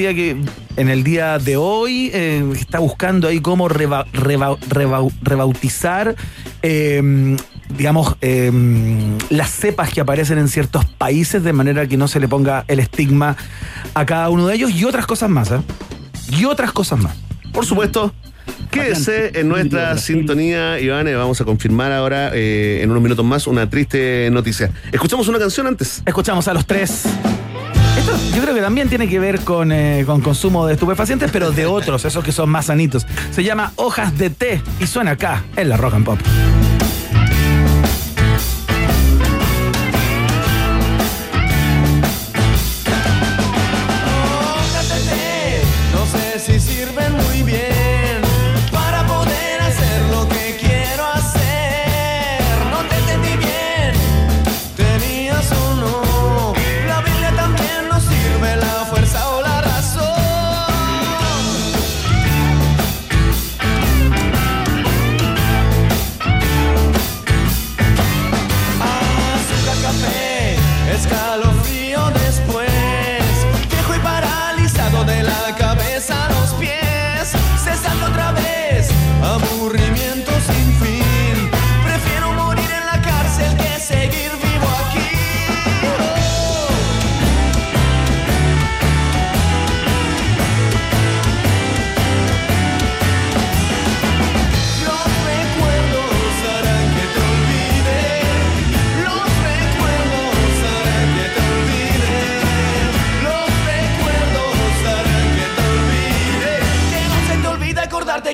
día de hoy. Está buscando ahí cómo rebautizar las cepas que aparecen en ciertos países, de manera que no se le ponga el estigma a cada uno de ellos, y otras cosas más, Por supuesto. Quédese en nuestra sintonía, Iván. Vamos a confirmar ahora, en unos minutos más, una triste noticia. ¿Escuchamos una canción antes? Escuchamos a Los Tres. Esto yo creo que también tiene que ver con consumo de estupefacientes, pero de otros, esos que son más sanitos. Se llama Hojas de Té y suena acá en la Rock and Pop.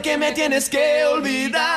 que me tienes que olvidar.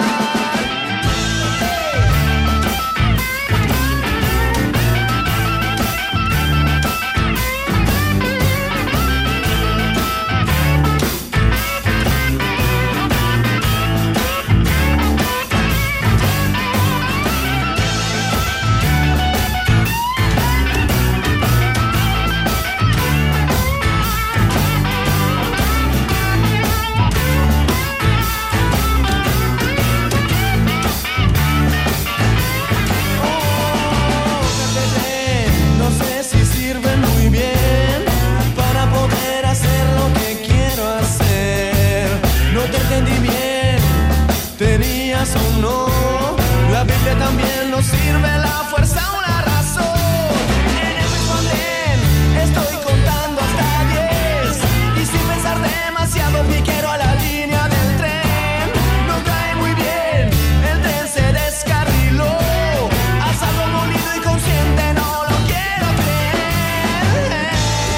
O no, la Biblia también nos sirve la fuerza, una razón. En el mismo andén estoy contando hasta 10 y sin pensar demasiado piquero a la línea del tren. No cae muy bien, el tren se descarriló. Haz algo molido y consciente, no lo quiero creer.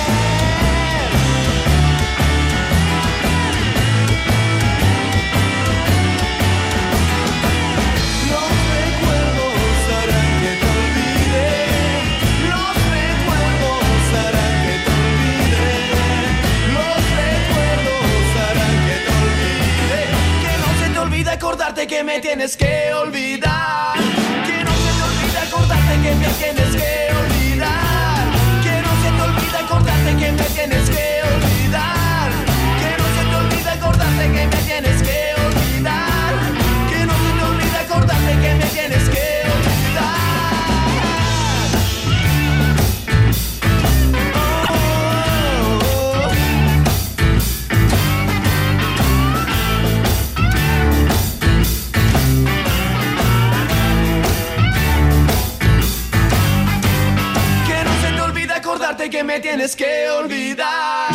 Acordarte que me tienes que olvidar. Que no se te olvide acordarte que me tienes que olvidar. Que no se te olvide acordarte que me tienes que olvidar. Que no se te olvide acordarte que me tienes que olvidar. Que no se te olvide acordarte que me tienes que olvidar. Acordarte que me tienes que olvidar.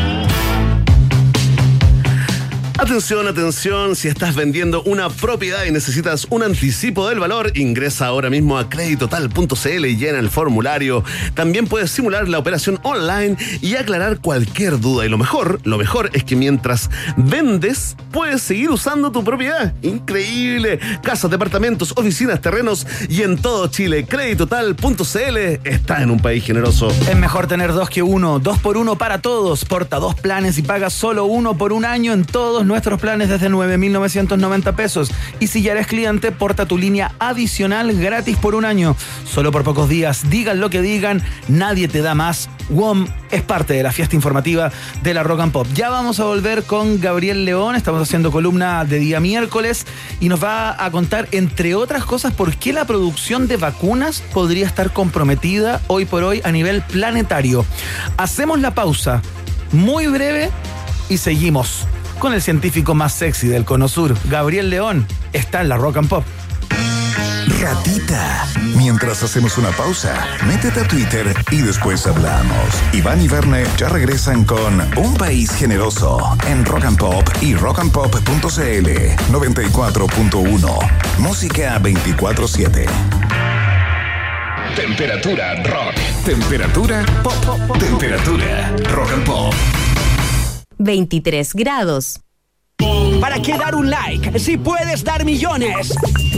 Atención, atención, si estás vendiendo una propiedad y necesitas un anticipo del valor, ingresa ahora mismo a creditotal.cl y llena el formulario. También puedes simular la operación online y aclarar cualquier duda. Y lo mejor es que mientras vendes, puedes seguir usando tu propiedad. Increíble. Casas, departamentos, oficinas, terrenos y en todo Chile. Creditotal.cl está en un país generoso. Es mejor tener dos que uno. 2x1 para todos. Porta 2 planes y paga solo uno por un año en todos nuestros planes desde 9.990 pesos. Y si ya eres cliente, porta tu línea adicional gratis por un año. Solo por pocos días. Digan lo que digan, nadie te da más. WOM es parte de la fiesta informativa de la Rock and Pop. Ya vamos a volver con Gabriel León. Estamos haciendo columna de día miércoles y nos va a contar, entre otras cosas, por qué la producción de vacunas podría estar comprometida hoy por hoy a nivel planetario. Hacemos la pausa muy breve y seguimos con el científico más sexy del Cono Sur. Gabriel León está en la Rock and Pop. Ratita. Mientras hacemos una pausa, métete a Twitter y después hablamos. Iván y Verne ya regresan con Un País Generoso en Rock and Pop y rockandpop.cl 94.1. Música 24/7. Temperatura rock. Temperatura pop. Temperatura rock and pop. 23 grados. ¿Para qué dar un like si puedes dar millones?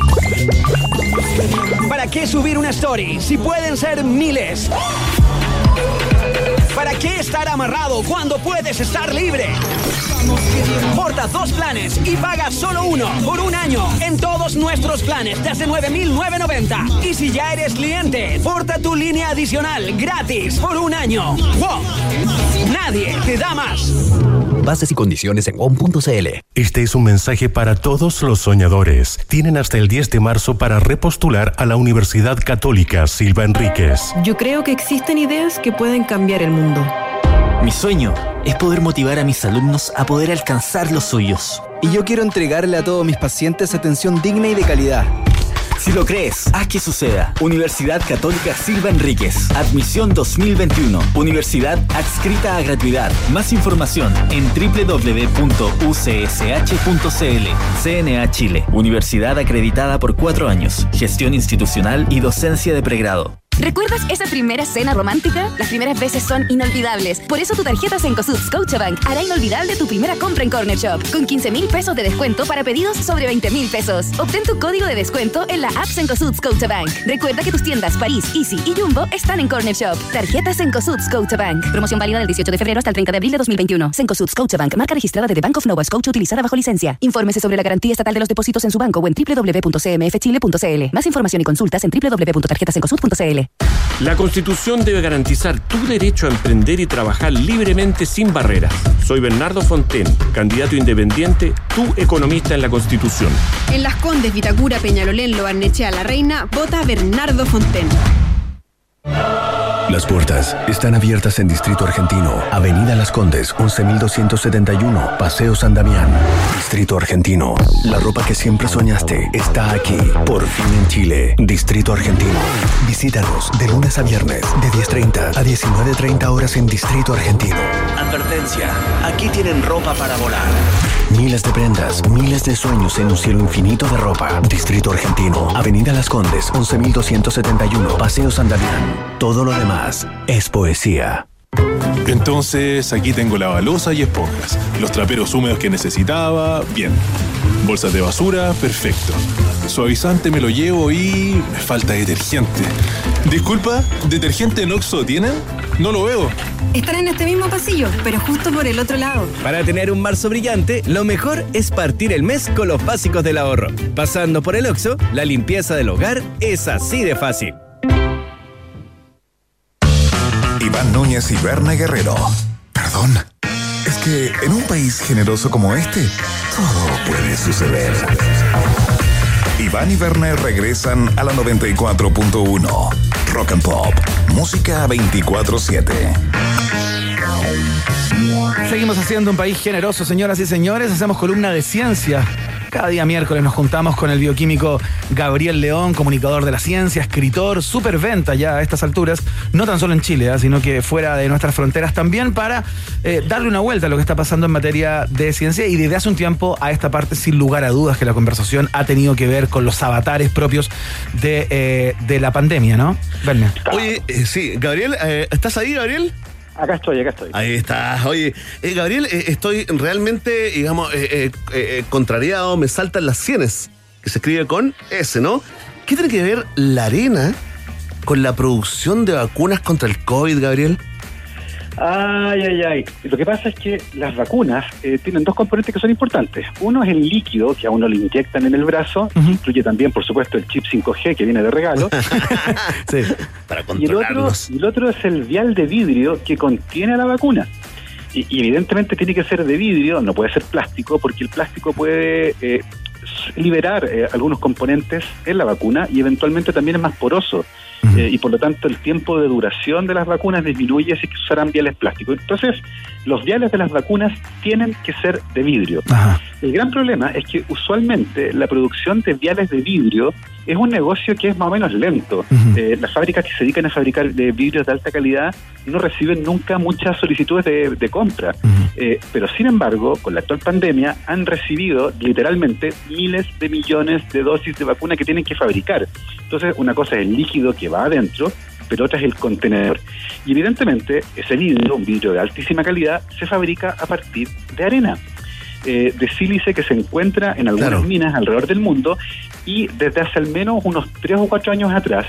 ¿Para qué subir una story si pueden ser miles? ¿Para qué estar amarrado cuando puedes estar libre? Porta 2 planes y paga solo uno por un año en todos nuestros planes desde 9.990. Y si ya eres cliente, porta tu línea adicional gratis por un año. ¡Wow! Nadie te da más. Bases y condiciones en WOM.cl. Este es un mensaje para todos los soñadores. Tienen hasta el 10 de marzo para repostular a la Universidad Católica Silva Enríquez. Yo creo que existen ideas que pueden cambiar el mundo. Mi sueño es poder motivar a mis alumnos a poder alcanzar los suyos. Y yo quiero entregarle a todos mis pacientes atención digna y de calidad. Si lo crees, haz que suceda. Universidad Católica Silva Enríquez. Admisión 2021. Universidad adscrita a gratuidad. Más información en www.ucsh.cl. CNA Chile. Universidad acreditada por 4 años. Gestión institucional y docencia de pregrado. ¿Recuerdas esa primera cena romántica? Las primeras veces son inolvidables. Por eso tu tarjeta Cencosud Scotiabank hará inolvidable tu primera compra en Corner Shop. Con 15,000 pesos de descuento para pedidos sobre 20,000 pesos. Obtén tu código de descuento en la app Cencosud Scotiabank. Recuerda que tus tiendas París, Easy y Jumbo están en Corner Shop. Tarjeta Cencosud Scotiabank. Promoción válida del 18 de febrero hasta el 30 de abril de 2021. Cencosud Scotiabank, marca registrada de The Bank of Nova Scotia utilizada bajo licencia. Infórmese sobre la garantía estatal de los depósitos en su banco o en www.cmfchile.cl. Más información y consultas en www.tarjetacencosud.cl. La Constitución debe garantizar tu derecho a emprender y trabajar libremente sin barreras. Soy Bernardo Fonten, candidato independiente, tu economista en la Constitución. En Las Condes, Vitacura, Peñalolén, Lo Barnechea, La Reina, vota Bernardo Fonten. Las puertas están abiertas en Distrito Argentino, Avenida Las Condes, 11.271, Paseo San Damián. Distrito Argentino. La ropa que siempre soñaste está aquí, por fin en Chile. Distrito Argentino. Visítanos de lunes a viernes, de 10:30 a 19:30 horas en Distrito Argentino. Advertencia, aquí tienen ropa para volar. Miles de prendas, miles de sueños en un cielo infinito de ropa. Distrito Argentino, Avenida Las Condes, 11.271, Paseo San Damián. Todo lo demás es poesía. Entonces, aquí tengo la balosa y esponjas. Los traperos húmedos que necesitaba, bien. Bolsas de basura, perfecto. Suavizante me lo llevo y me falta detergente. Disculpa, ¿detergente en Oxxo tienen? No lo veo. Están en este mismo pasillo, pero justo por el otro lado. Para tener un marzo brillante, lo mejor es partir el mes con los básicos del ahorro. Pasando por el Oxxo, la limpieza del hogar es así de fácil. Iván Núñez y Berna Guerrero. Perdón. Es que en un país generoso como este, todo puede suceder. Iván y Berna regresan a la 94.1. Rock and Pop. Música 24/7. Seguimos haciendo un país generoso, señoras y señores. Hacemos columna de ciencia. Cada día miércoles nos juntamos con el bioquímico Gabriel León, comunicador de la ciencia, escritor, superventa ya a estas alturas, no tan solo en Chile, sino que fuera de nuestras fronteras también, para darle una vuelta a lo que está pasando en materia de ciencia. Y desde hace un tiempo a esta parte, sin lugar a dudas, que la conversación ha tenido que ver con los avatares propios de la pandemia, ¿no? Verne. Oye, sí, Gabriel, ¿estás ahí, Gabriel? Acá estoy. Ahí estás. Oye, Gabriel, estoy realmente, digamos, contrariado. Me saltan las sienes, que se escribe con S, ¿no? ¿Qué tiene que ver la arena con la producción de vacunas contra el COVID, Gabriel? Ay. Lo que pasa es que las vacunas tienen dos componentes que son importantes. Uno es el líquido que a uno le inyectan en el brazo, incluye también, por supuesto, el chip 5G que viene de regalo. Sí, para controlarlos. Y el otro es el vial de vidrio que contiene a la vacuna. Y evidentemente tiene que ser de vidrio, no puede ser plástico, porque el plástico puede liberar algunos componentes en la vacuna y eventualmente también es más poroso. Y por lo tanto el tiempo de duración de las vacunas disminuye si se usarán viales plásticos. Entonces, los viales de las vacunas tienen que ser de vidrio. Ajá. El gran problema es que usualmente la producción de viales de vidrio es un negocio que es más o menos lento. Las fábricas que se dedican a fabricar vidrios de alta calidad no reciben nunca muchas solicitudes de compra. Pero sin embargo, con la actual pandemia han recibido literalmente miles de millones de dosis de vacuna que tienen que fabricar. Entonces, una cosa es el líquido que va adentro, pero otra es el contenedor. Y evidentemente ese vidrio, un vidrio de altísima calidad, se fabrica a partir de arena. De sílice que se encuentra en algunas minas alrededor del mundo, y desde hace al menos unos 3 o 4 años atrás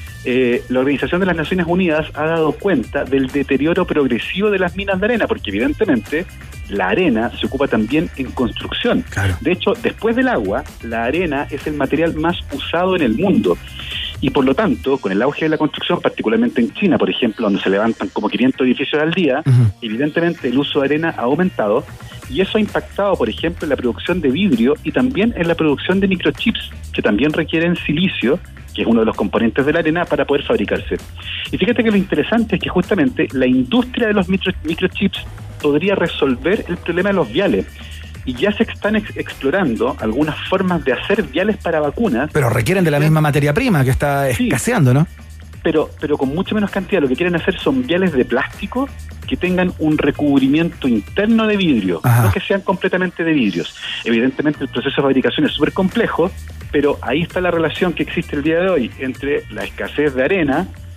la Organización de las Naciones Unidas ha dado cuenta del deterioro progresivo de las minas de arena, porque evidentemente la arena se ocupa también en construcción. De hecho, después del agua, la arena es el material más usado en el mundo. Y por lo tanto, con el auge de la construcción, particularmente en China, por ejemplo, donde se levantan como 500 edificios al día, evidentemente el uso de arena ha aumentado, y eso ha impactado, por ejemplo, en la producción de vidrio y también en la producción de microchips, que también requieren silicio, que es uno de los componentes de la arena, para poder fabricarse. Y fíjate que lo interesante es que justamente la industria de los microchips podría resolver el problema de los viales. Y ya se están explorando algunas formas de hacer viales para vacunas. Pero requieren de la misma materia prima que está escaseando, ¿no? Pero con mucho menos cantidad. Lo que quieren hacer son viales de plástico que tengan un recubrimiento interno de vidrio, no que sean completamente de vidrios. Evidentemente el proceso de fabricación es súper complejo, pero ahí está la relación que existe el día de hoy entre la escasez de arena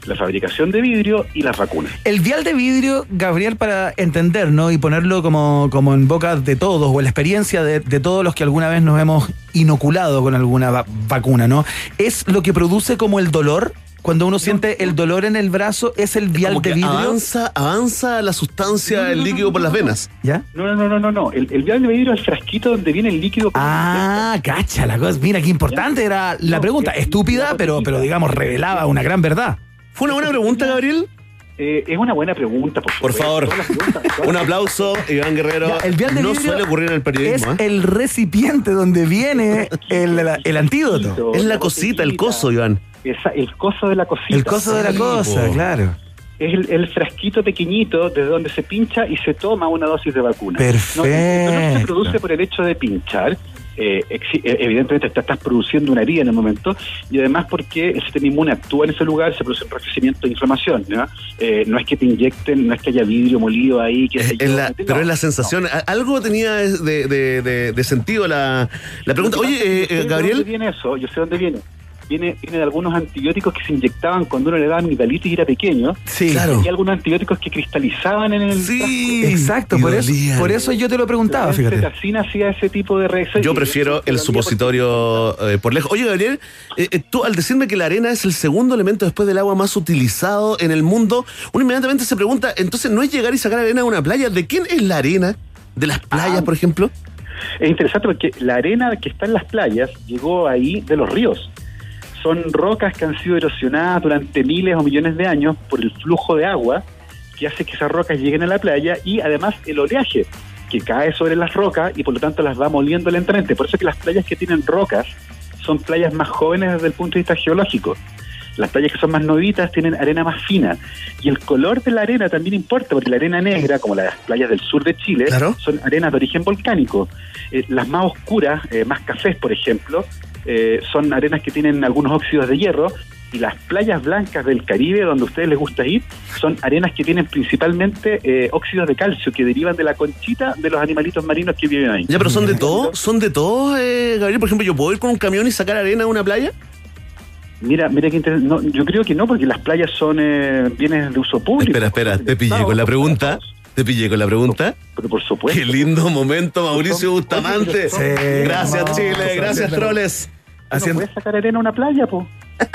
la fabricación de vidrio y las vacunas. El vial de vidrio, Gabriel, para entender, ¿no? Y ponerlo como en boca de todos, o en la experiencia de todos los que alguna vez nos hemos inoculado con alguna vacuna, ¿no? ¿Es lo que produce como el dolor? Cuando uno siente el dolor en el brazo, ¿es el vial de vidrio? Avanza la sustancia, el líquido por las venas. ¿Ya? No. El vial de vidrio es el frasquito donde viene el líquido. Cacha la cosa. Mira, qué importante era la pregunta. Estúpida, pero digamos, revelaba una gran verdad. ¿Fue una buena pregunta, Gabriel? Es una buena pregunta, por favor. Un aplauso, Iván Guerrero. Ya, el vial de vidrio suele ocurrir en el periodismo. Es el recipiente donde viene el antídoto. Es la cosita, el coso, Iván. El coso de la cosita. El coso de la cosa, claro. Es el frasquito pequeñito desde donde se pincha y se toma una dosis de vacuna. Perfecto. No se produce por el hecho de pinchar. Evidentemente estás produciendo una herida en el momento, y además porque el sistema inmune actúa en ese lugar, se produce un enrojecimiento de inflamación, ¿no? No es que te inyecten, no es que haya vidrio molido ahí, pero es la sensación. Algo tenía de sentido la pregunta. Oye, Gabriel, ¿dónde viene eso? Yo sé dónde viene. Viene de algunos antibióticos que se inyectaban cuando uno le daba amigdalitis y era pequeño. Sí, claro. Y algunos antibióticos que cristalizaban en el frasco. Exacto, por eso yo te lo preguntaba, fíjate. La cetacina hacía ese tipo de reacción. Yo prefiero el supositorio por lejos. Oye, Gabriel, tú al decirme que la arena es el segundo elemento después del agua más utilizado en el mundo, uno inmediatamente se pregunta, entonces no es llegar y sacar arena de una playa. ¿De quién es la arena? ¿De las playas, por ejemplo? Es interesante porque la arena que está en las playas llegó ahí de los ríos. Son rocas que han sido erosionadas durante miles o millones de años por el flujo de agua que hace que esas rocas lleguen a la playa, y además el oleaje que cae sobre las rocas y por lo tanto las va moliendo lentamente. Por eso que las playas que tienen rocas son playas más jóvenes desde el punto de vista geológico. Las playas que son más novitas tienen arena más fina, y el color de la arena también importa, porque la arena negra, como las playas del sur de Chile, claro, son arenas de origen volcánico. Las más oscuras, más cafés, por ejemplo, son arenas que tienen algunos óxidos de hierro, y las playas blancas del Caribe, donde a ustedes les gusta ir, son arenas que tienen principalmente óxidos de calcio que derivan de la conchita de los animalitos marinos que viven ahí. Ya, pero ¿son de todo, Gabriel? Por ejemplo, ¿yo puedo ir con un camión y sacar arena de una playa? Mira qué interesante. No, yo creo que no, porque las playas son bienes de uso público. Espera, te pillé con la pregunta. Pero por supuesto. Qué lindo momento, Mauricio Bustamante. Sí. Gracias, Chile. Gracias, troles. ¿No puedes sacar arena a una playa, po?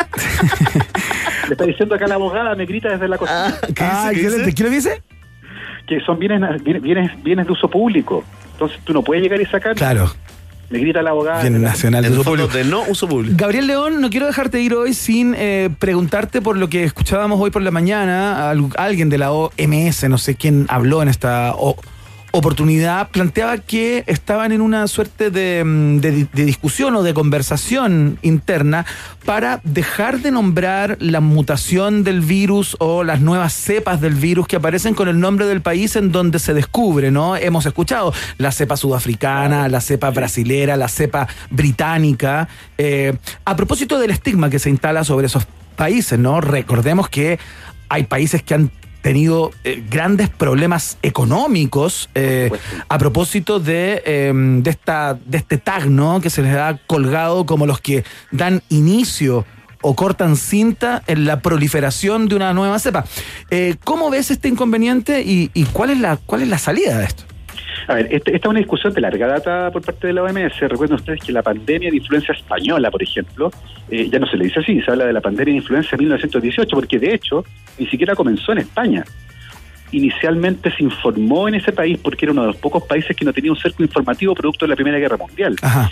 Le está diciendo acá la abogada, me grita desde la cocina. ¿Qué le dice? Que son bienes de uso público. Entonces tú no puedes llegar y sacar. Claro. Me grita la abogada. Bien nacional de uso público. De no uso público. Gabriel León, no quiero dejarte ir hoy sin preguntarte por lo que escuchábamos hoy por la mañana. Alguien de la OMS, no sé quién habló en esta oportunidad, planteaba que estaban en una suerte de discusión o de conversación interna para dejar de nombrar la mutación del virus o las nuevas cepas del virus que aparecen con el nombre del país en donde se descubre, ¿no? Hemos escuchado la cepa sudafricana, la cepa brasilera, la cepa británica. A propósito del estigma que se instala sobre esos países, ¿no? Recordemos que hay países que han tenido grandes problemas económicos a propósito de este tag, ¿no? Que se les ha colgado como los que dan inicio o cortan cinta en la proliferación de una nueva cepa. ¿Cómo ves este inconveniente y cuál es la salida de esto? A ver, esta es una discusión de larga data por parte de la OMS. Recuerden ustedes que la pandemia de influenza española, por ejemplo, ya no se le dice así, se habla de la pandemia de influenza de 1918, porque de hecho ni siquiera comenzó en España. Inicialmente se informó en ese país porque era uno de los pocos países que no tenía un cerco informativo producto de la Primera Guerra Mundial.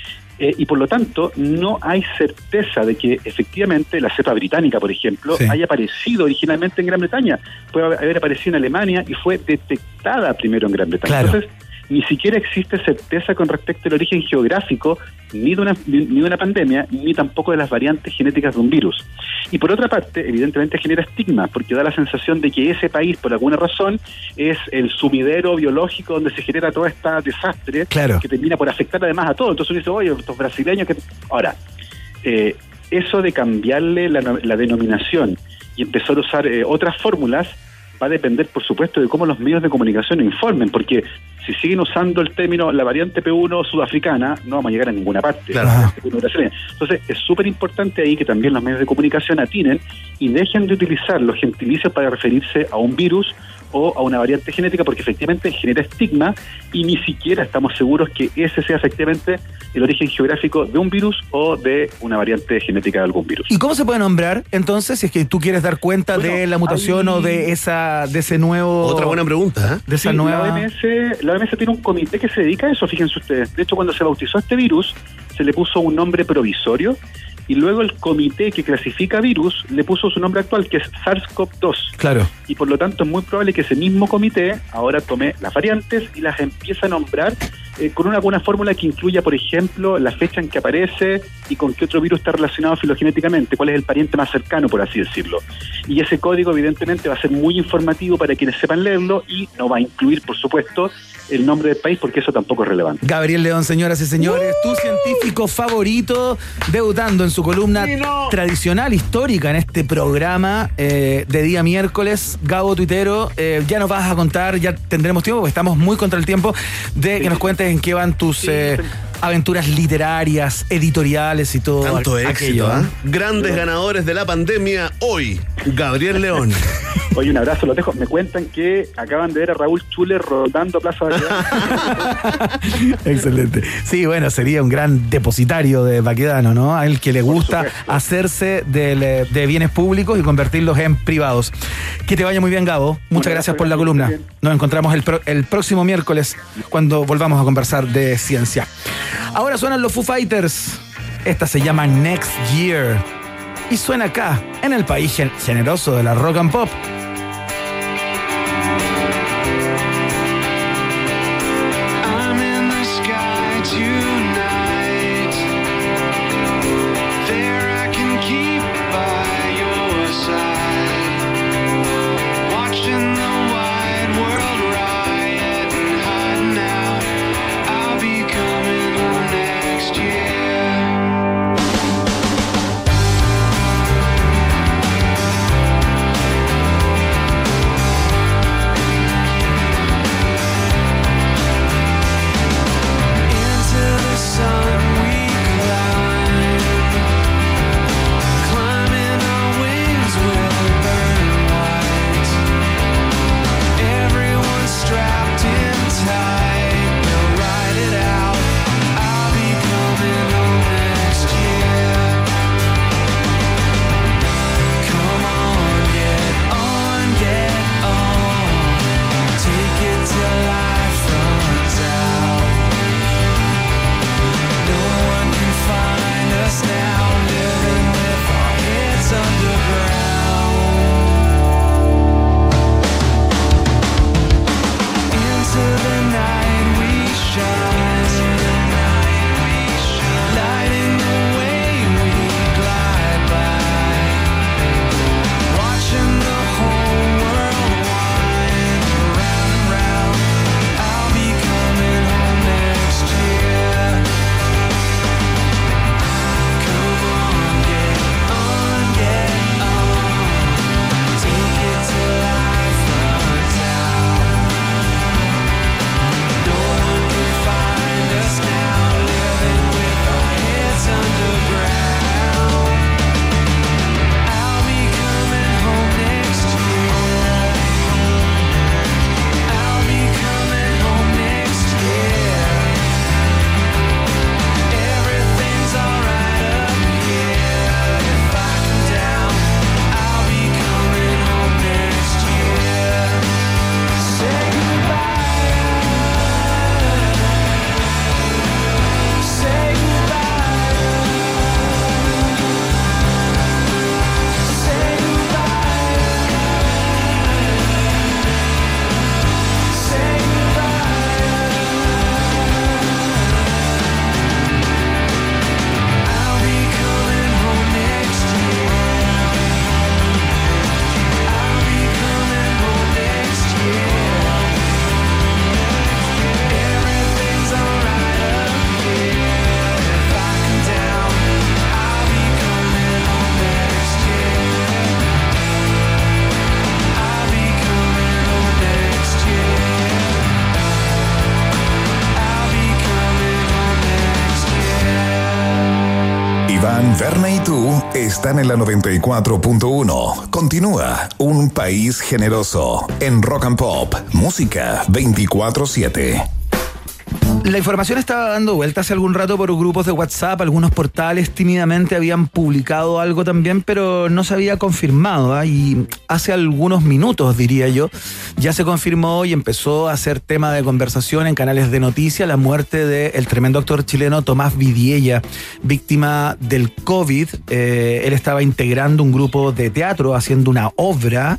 Y por lo tanto no hay certeza de que efectivamente la cepa británica, por ejemplo, haya aparecido originalmente en Gran Bretaña. Puede haber aparecido en Alemania y fue detectada primero en Gran Bretaña. Claro. Entonces, ni siquiera existe certeza con respecto al origen geográfico ni de una pandemia, ni tampoco de las variantes genéticas de un virus. Y por otra parte, evidentemente genera estigma, porque da la sensación de que ese país, por alguna razón, es el sumidero biológico donde se genera todo este desastre, claro, que termina por afectar además a todos. Entonces uno dice, oye, estos brasileños que... Ahora, eso de cambiarle la denominación y empezar a usar otras fórmulas, va a depender, por supuesto, de cómo los medios de comunicación informen, porque si siguen usando el término la variante P1 sudafricana, no vamos a llegar a ninguna parte. Claro. Entonces, es súper importante ahí que también los medios de comunicación atinen y dejen de utilizar los gentilicios para referirse a un virus o a una variante genética, porque efectivamente genera estigma y ni siquiera estamos seguros que ese sea efectivamente el origen geográfico de un virus o de una variante genética de algún virus. ¿Y cómo se puede nombrar entonces si es que tú quieres dar cuenta de la mutación o de ese nuevo... Otra buena pregunta, ¿eh? De esa nueva... La OMS tiene un comité que se dedica a eso, fíjense ustedes. De hecho, cuando se bautizó este virus, se le puso un nombre provisorio y luego el comité que clasifica virus le puso su nombre actual, que es SARS-CoV-2. Claro. Y por lo tanto es muy probable que ese mismo comité ahora tome las variantes y las empiece a nombrar con alguna fórmula que incluya, por ejemplo, la fecha en que aparece y con qué otro virus está relacionado filogenéticamente, cuál es el pariente más cercano, por así decirlo. Y ese código evidentemente va a ser muy informativo para quienes sepan leerlo y no va a incluir, por supuesto, el nombre del país, porque eso tampoco es relevante. Gabriel León, señoras y señores, tu científico favorito, debutando en su columna tradicional, histórica, en este programa de día miércoles. Gabo Tuitero, ya nos vas a contar, ya tendremos tiempo, porque estamos muy contra el tiempo, de que nos cuentes en qué van tus aventuras literarias, editoriales y todo. Tanto éxito, aquello, ¿eh? Grandes ganadores de la pandemia hoy, Gabriel León. Oye, un abrazo, los dejo. Me cuentan que acaban de ver a Raúl Chuler rodando Plaza Baquedano. Excelente. Sí, bueno, sería un gran depositario de Baquedano, ¿no? A él que le gusta hacerse de bienes públicos y convertirlos en privados. Que te vaya muy bien, Gabo. Muchas gracias por la columna. Nos encontramos el próximo miércoles cuando volvamos a conversar de ciencia. Ahora suenan los Foo Fighters. Esta se llama Next Year. Y suena acá, en el país generoso de la rock and pop. Next year. Berna y tú están en la 94.1. Continúa Un País Generoso en Rock and Pop. Música 24/7. La información estaba dando vuelta hace algún rato por grupos de WhatsApp, algunos portales tímidamente habían publicado algo también, pero no se había confirmado, ¿eh? Y hace algunos minutos, diría yo, ya se confirmó y empezó a ser tema de conversación en canales de noticias la muerte del tremendo actor chileno Tomás Vidiella, víctima del COVID. Él estaba integrando un grupo de teatro, haciendo una obra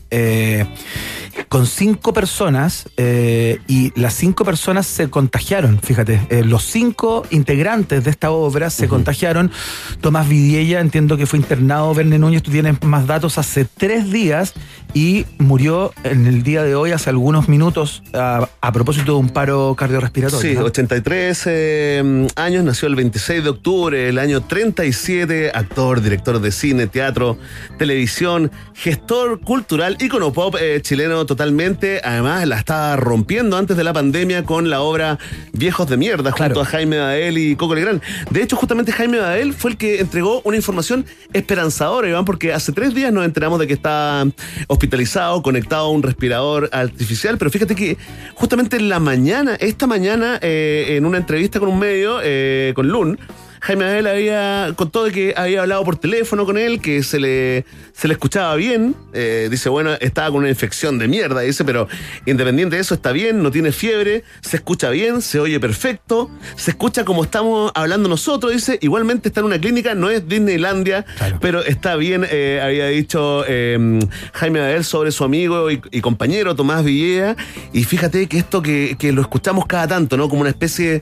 con 5 personas y las 5 personas se contagiaron, fíjate, los 5 integrantes de esta obra se contagiaron. Tomás Vidiella, entiendo que fue internado, Verne Núñez, tú tienes más datos, hace 3 días y murió en el día de hoy, hace algunos minutos, a propósito de un paro cardiorrespiratorio. Sí, ¿no? 83 años, nació el 26 de octubre del año 37, actor, director de cine, teatro, televisión, gestor cultural, ícono pop chileno totalmente. Además, la estaba rompiendo antes de la pandemia con la obra Viejos de Mierda, junto a Jaime Bael y Coco Legrand. De hecho, justamente Jaime Bael fue el que entregó una información esperanzadora, Iván, porque hace 3 días nos enteramos de que está hospitalizado, conectado a un respirador artificial, pero fíjate que justamente esta mañana, en una entrevista con un medio, con Lun, Jaime Bael contó de que había hablado por teléfono con él, que se le escuchaba bien. Dice, bueno, estaba con una infección de mierda, dice, pero independiente de eso está bien, no tiene fiebre, se escucha bien, se oye perfecto, se escucha como estamos hablando nosotros, dice. Igualmente está en una clínica, no es Disneylandia, claro, pero está bien, había dicho Jaime Bael sobre su amigo y compañero Tomás Vidiella. Y fíjate que esto que lo escuchamos cada tanto, ¿no? Como una especie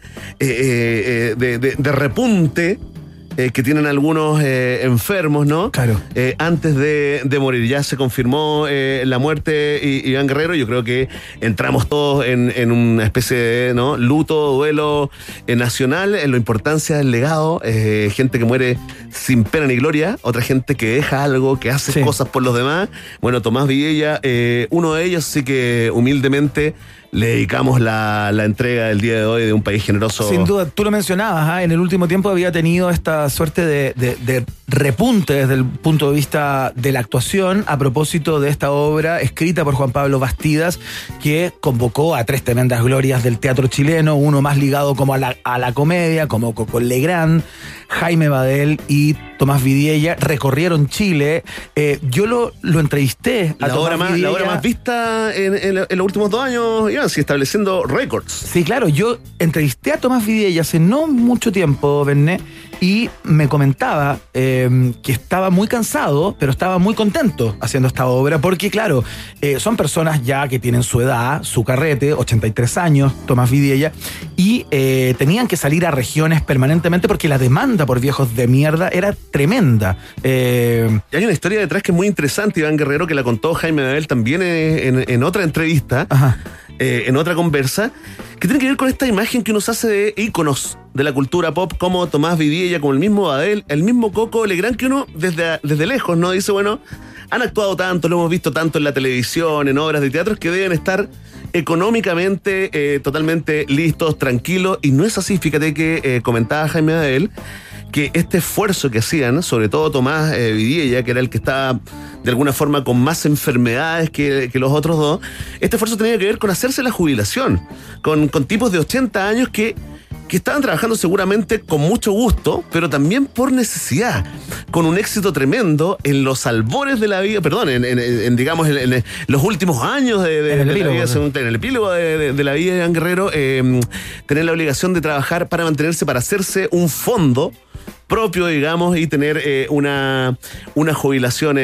de repunte que tienen algunos enfermos, ¿no? Claro. Antes de morir. Ya se confirmó la muerte de Iván Guerrero. Yo creo que entramos todos en una especie de, ¿no?, luto, duelo nacional, en la importancia del legado. Gente que muere sin pena ni gloria, otra gente que deja algo, que hace cosas por los demás. Bueno, Tomás Vidiella, uno de ellos, sí que humildemente le dedicamos la entrega del día de hoy de Un País Generoso. Sin duda, tú lo mencionabas, en el último tiempo había tenido esta suerte de repunte desde el punto de vista de la actuación a propósito de esta obra escrita por Juan Pablo Bastidas, que convocó a 3 tremendas glorias del teatro chileno, uno más ligado como a la comedia, como Coco Legrand, Jaime Bael y Tomás Vidiella. Recorrieron Chile. Yo lo entrevisté a Tomás Vidiella. La obra más vista en los últimos 2 años, Iván, sí, estableciendo récords. Sí, claro. Yo entrevisté a Tomás Vidiella hace no mucho tiempo, Berné, y me comentaba que estaba muy cansado, pero estaba muy contento haciendo esta obra, porque claro, son personas ya que tienen su edad, su carrete, 83 años, Tomás Vidiella, y tenían que salir a regiones permanentemente porque la demanda por Viejos de Mierda era tremenda. Y hay una historia detrás que es muy interesante, Iván Guerrero, que la contó Jaime Bael también en otra entrevista. Ajá. En otra conversa, que tiene que ver con esta imagen que uno se hace de íconos de la cultura pop, como Tomás Vidiella, como el mismo Bael, el mismo Coco Legrand, que uno desde lejos, ¿no?, dice, bueno, han actuado tanto, lo hemos visto tanto en la televisión, en obras de teatro, que deben estar económicamente totalmente listos, tranquilos, y no es así. Fíjate que comentaba Jaime Bael que este esfuerzo que hacían, sobre todo Tomás Vidiella, que era el que estaba de alguna forma con más enfermedades que los otros dos, este esfuerzo tenía que ver con hacerse la jubilación, con tipos de 80 años que estaban trabajando seguramente con mucho gusto, pero también por necesidad, con un éxito tremendo en los albores de la vida, perdón, en digamos, en los últimos años de la vida, en el epílogo de la vida de Iván Guerrero, tener la obligación de trabajar para mantenerse, para hacerse un fondo propio, digamos, y tener una jubilación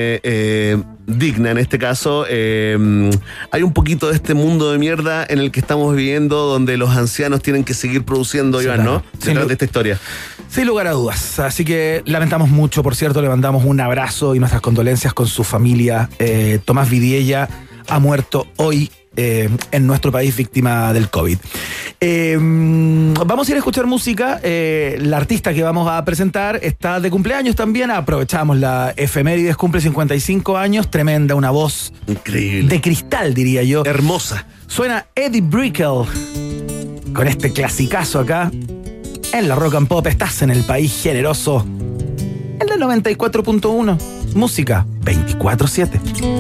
digna. En este caso, hay un poquito de este mundo de mierda en el que estamos viviendo, donde los ancianos tienen que seguir produciendo, sí, Iván, claro, ¿no? Detrás de esta historia. Sin lugar a dudas. Así que lamentamos mucho, por cierto, le mandamos un abrazo y nuestras condolencias con su familia. Tomás Vidiella ha muerto hoy en nuestro país, víctima del COVID. Vamos a ir a escuchar música. La artista que vamos a presentar está de cumpleaños también. Aprovechamos la efemérides, cumple 55 años. Tremenda, una voz increíble, de cristal, diría yo. Hermosa. Suena Eddie Brickell con este clasicazo acá en la Rock and Pop. Estás en el país generoso. en la 94.1. Música 24/7.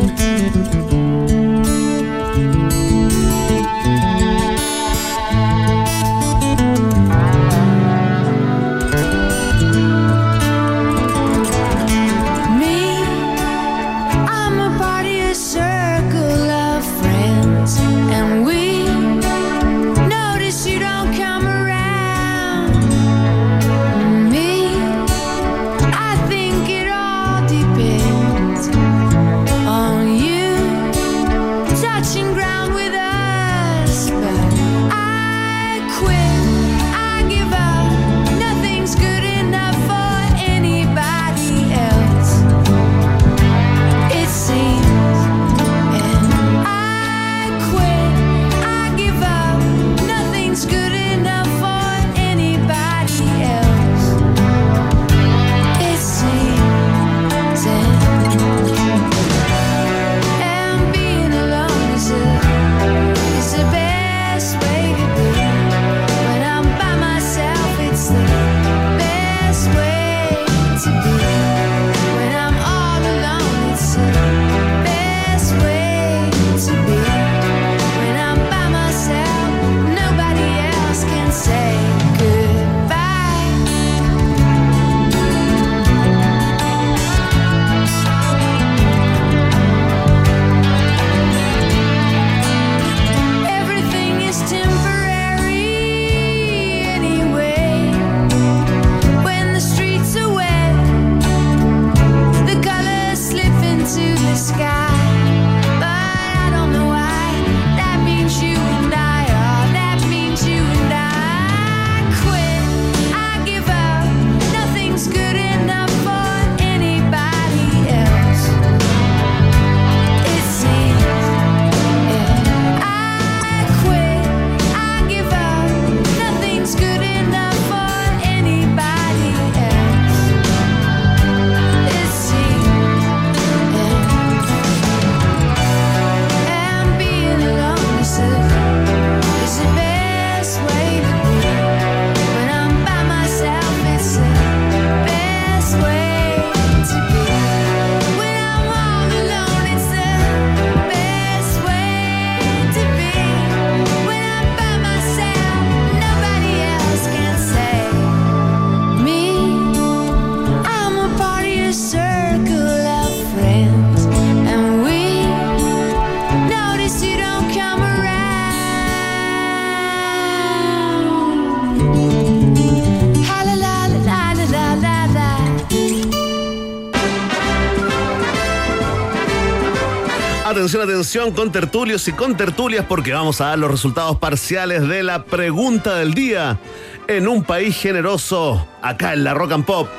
Atención con tertulios y con tertulias, porque vamos a dar los resultados parciales de la pregunta del día en un país generoso, acá en la Rock and Pop.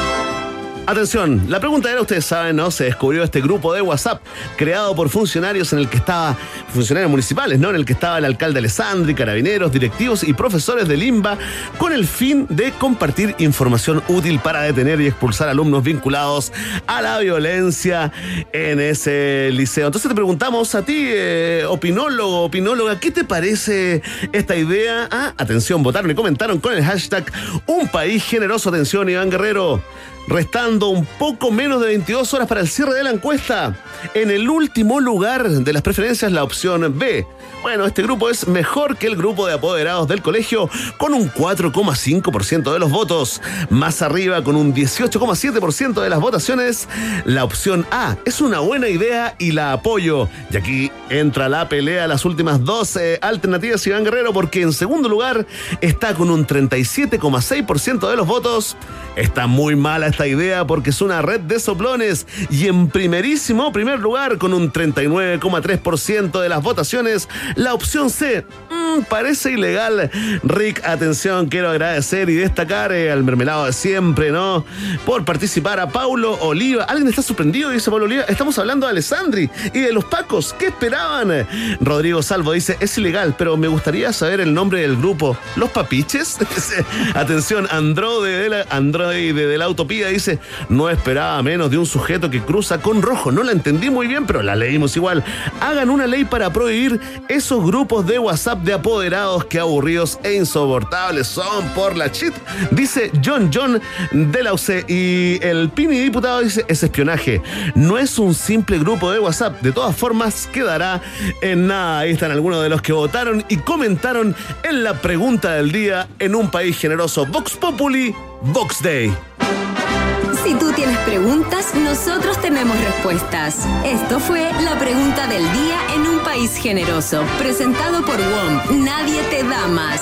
Atención, la pregunta era, ustedes saben, ¿no? Se descubrió este grupo de WhatsApp creado por funcionarios funcionarios municipales, ¿no? En el que estaba el alcalde Alessandri, carabineros, directivos y profesores del INBA, con el fin de compartir información útil para detener y expulsar alumnos vinculados a la violencia en ese liceo. Entonces te preguntamos a ti, opinóloga, ¿qué te parece esta idea? Atención, votaron y comentaron con el hashtag Un País Generoso. Atención, Iván Guerrero. Restando un poco menos de 22 horas para el cierre de la encuesta. En el último lugar de las preferencias, la opción B. Bueno, este grupo es mejor que el grupo de apoderados del colegio, con un 4,5% de los votos. Más arriba, con un 18,7% de las votaciones, la opción A. Es una buena idea y la apoyo. Y aquí entra la pelea, las últimas dos alternativas, Iván Guerrero, porque en segundo lugar está con un 37,6% de los votos. Está muy mala esta idea porque es una red de soplones. Y en primer lugar, con un 39,3% de las votaciones, la opción C. Parece ilegal. Rick, atención, quiero agradecer y destacar al mermelado de siempre, ¿no? Por participar, a Paulo Oliva. ¿Alguien está sorprendido? Dice Paulo Oliva. Estamos hablando de Alessandri y de los Pacos. ¿Qué esperaban? Rodrigo Salvo dice, es ilegal, pero me gustaría saber el nombre del grupo. ¿Los Papiches? Atención, Android de la Utopía dice, no esperaba menos de un sujeto que cruza con rojo. No la entendí muy bien, pero la leímos igual. Hagan una ley para prohibir esos grupos de WhatsApp de apoderados que aburridos e insoportables son por la chit, dice John de la UC. Y el Pini diputado dice, es espionaje, no es un simple grupo de WhatsApp, de todas formas quedará en nada. Ahí están algunos de los que votaron y comentaron en la pregunta del día en un país generoso. Vox Populi, Vox Day. Si tú tienes preguntas, nosotros tenemos respuestas. Esto fue la pregunta del día en un país generoso, presentado por WOM. Nadie te da más.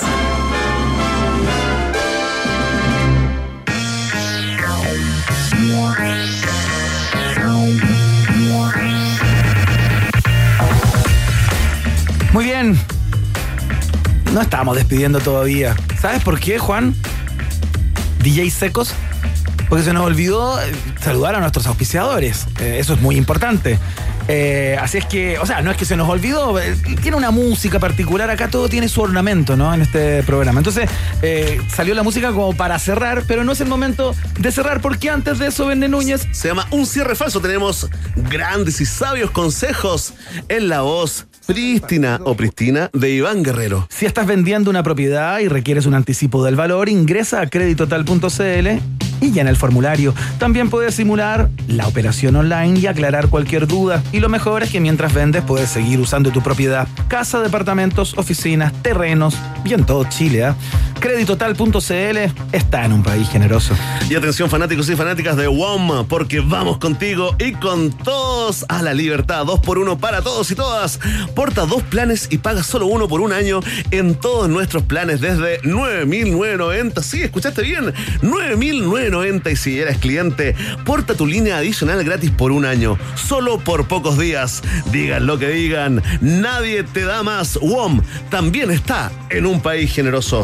Muy bien. No estamos despidiendo todavía. ¿Sabes por qué, Juan? DJ Secos. Porque se nos olvidó saludar a nuestros auspiciadores. Eso es muy importante. Así es que, o sea, no es que se nos olvidó, tiene una música particular, acá todo tiene su ornamento, ¿no? En este programa. Entonces, salió la música como para cerrar, pero no es el momento de cerrar, porque antes de eso, Verne Núñez. Se llama Un Cierre Falso. Tenemos grandes y sabios consejos en la voz prístina o pristina de Iván Guerrero. Si estás vendiendo una propiedad y requieres un anticipo del valor, ingresa a creditotal.cl y llena el formulario. También puedes simular la operación online y aclarar cualquier duda. Y lo mejor es que mientras vendes puedes seguir usando tu propiedad. Casa, departamentos, oficinas, terrenos y en todo Chile, ¿eh? Creditotal.cl está en un país generoso. Y atención, fanáticos y fanáticas de WOM, porque vamos contigo y con todos a la libertad. 2x1 para todos y todas. Porta 2 planes y paga solo 1 por un año en todos nuestros planes desde 9.990. Sí, escuchaste bien, 9.990. Y si eres cliente, porta tu línea adicional gratis por un año, solo por pocos días. Digan lo que digan, nadie te da más. WOM también está en un país generoso.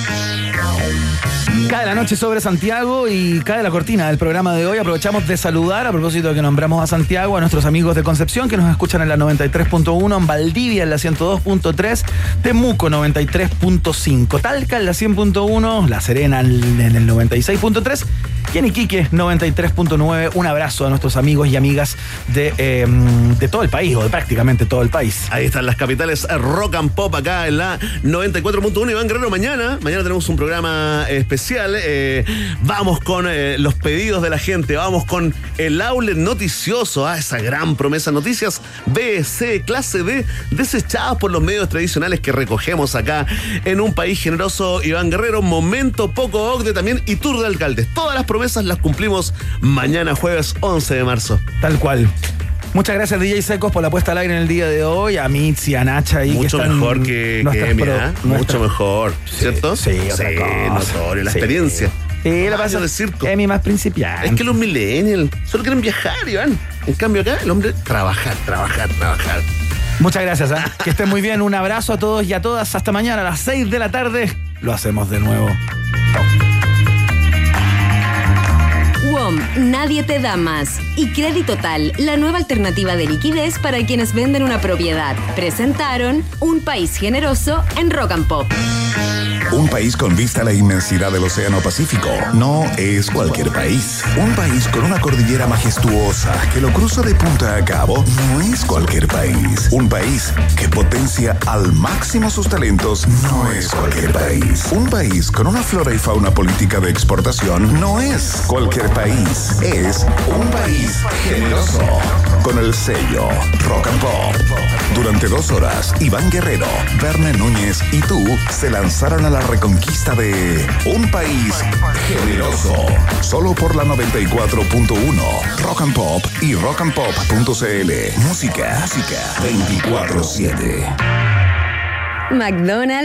Cae la noche sobre Santiago y cae la cortina del programa de hoy. Aprovechamos de saludar, a propósito de que nombramos a Santiago, a nuestros amigos de Concepción que nos escuchan en la 93.1, en Valdivia en la 102.3, Temuco 93.5, Talca en la 100.1, La Serena en el 96.3 y en Iquique 93.9. Un abrazo a nuestros amigos y amigas de todo el país, o de prácticamente todo el país. Ahí están las capitales Rock and Pop acá en la 94.1. Iván Guerrero, mañana tenemos un programa especial. Vamos con los pedidos de la gente, vamos con el outlet noticioso, esa gran promesa, noticias B, C, clase D, desechadas por los medios tradicionales que recogemos acá en un país generoso. Iván Guerrero, momento poco ocde también y tour de alcaldes. Todas las promesas las cumplimos mañana jueves 11 de marzo. Tal cual. Muchas gracias, DJ Secos, por la puesta al aire en el día de hoy. A Mitzi, a Nacha. Ahí mucho que mejor que Emi, mucho mejor, ¿cierto? Sí, notorio, la experiencia. Sí, la pasa del circo. Emi más principiante. Es que los millennials solo quieren viajar, Iván. En cambio acá, el hombre, trabajar. Muchas gracias, ¿eh? Que estén muy bien. Un abrazo a todos y a todas. Hasta mañana a las 6 de la tarde. Lo hacemos de nuevo. WOM, nadie te da más. Y Creditotal, la nueva alternativa de liquidez para quienes venden una propiedad. Presentaron Un País Generoso en Rock and Pop. Un país con vista a la inmensidad del Océano Pacífico no es cualquier país. Un país con una cordillera majestuosa que lo cruza de punta a cabo no es cualquier país. Un país que potencia al máximo sus talentos no es cualquier país. Un país con una flora y fauna política de exportación no es cualquier país. Es un país generoso. Con el sello Rock and Pop. Durante 2 horas, Iván Guerrero, Verne Núñez y tú se lanzaron a la reconquista de un país generoso. Solo por la 94.1, Rock and Pop y rockandpop.cl. Música 24/7. McDonald's.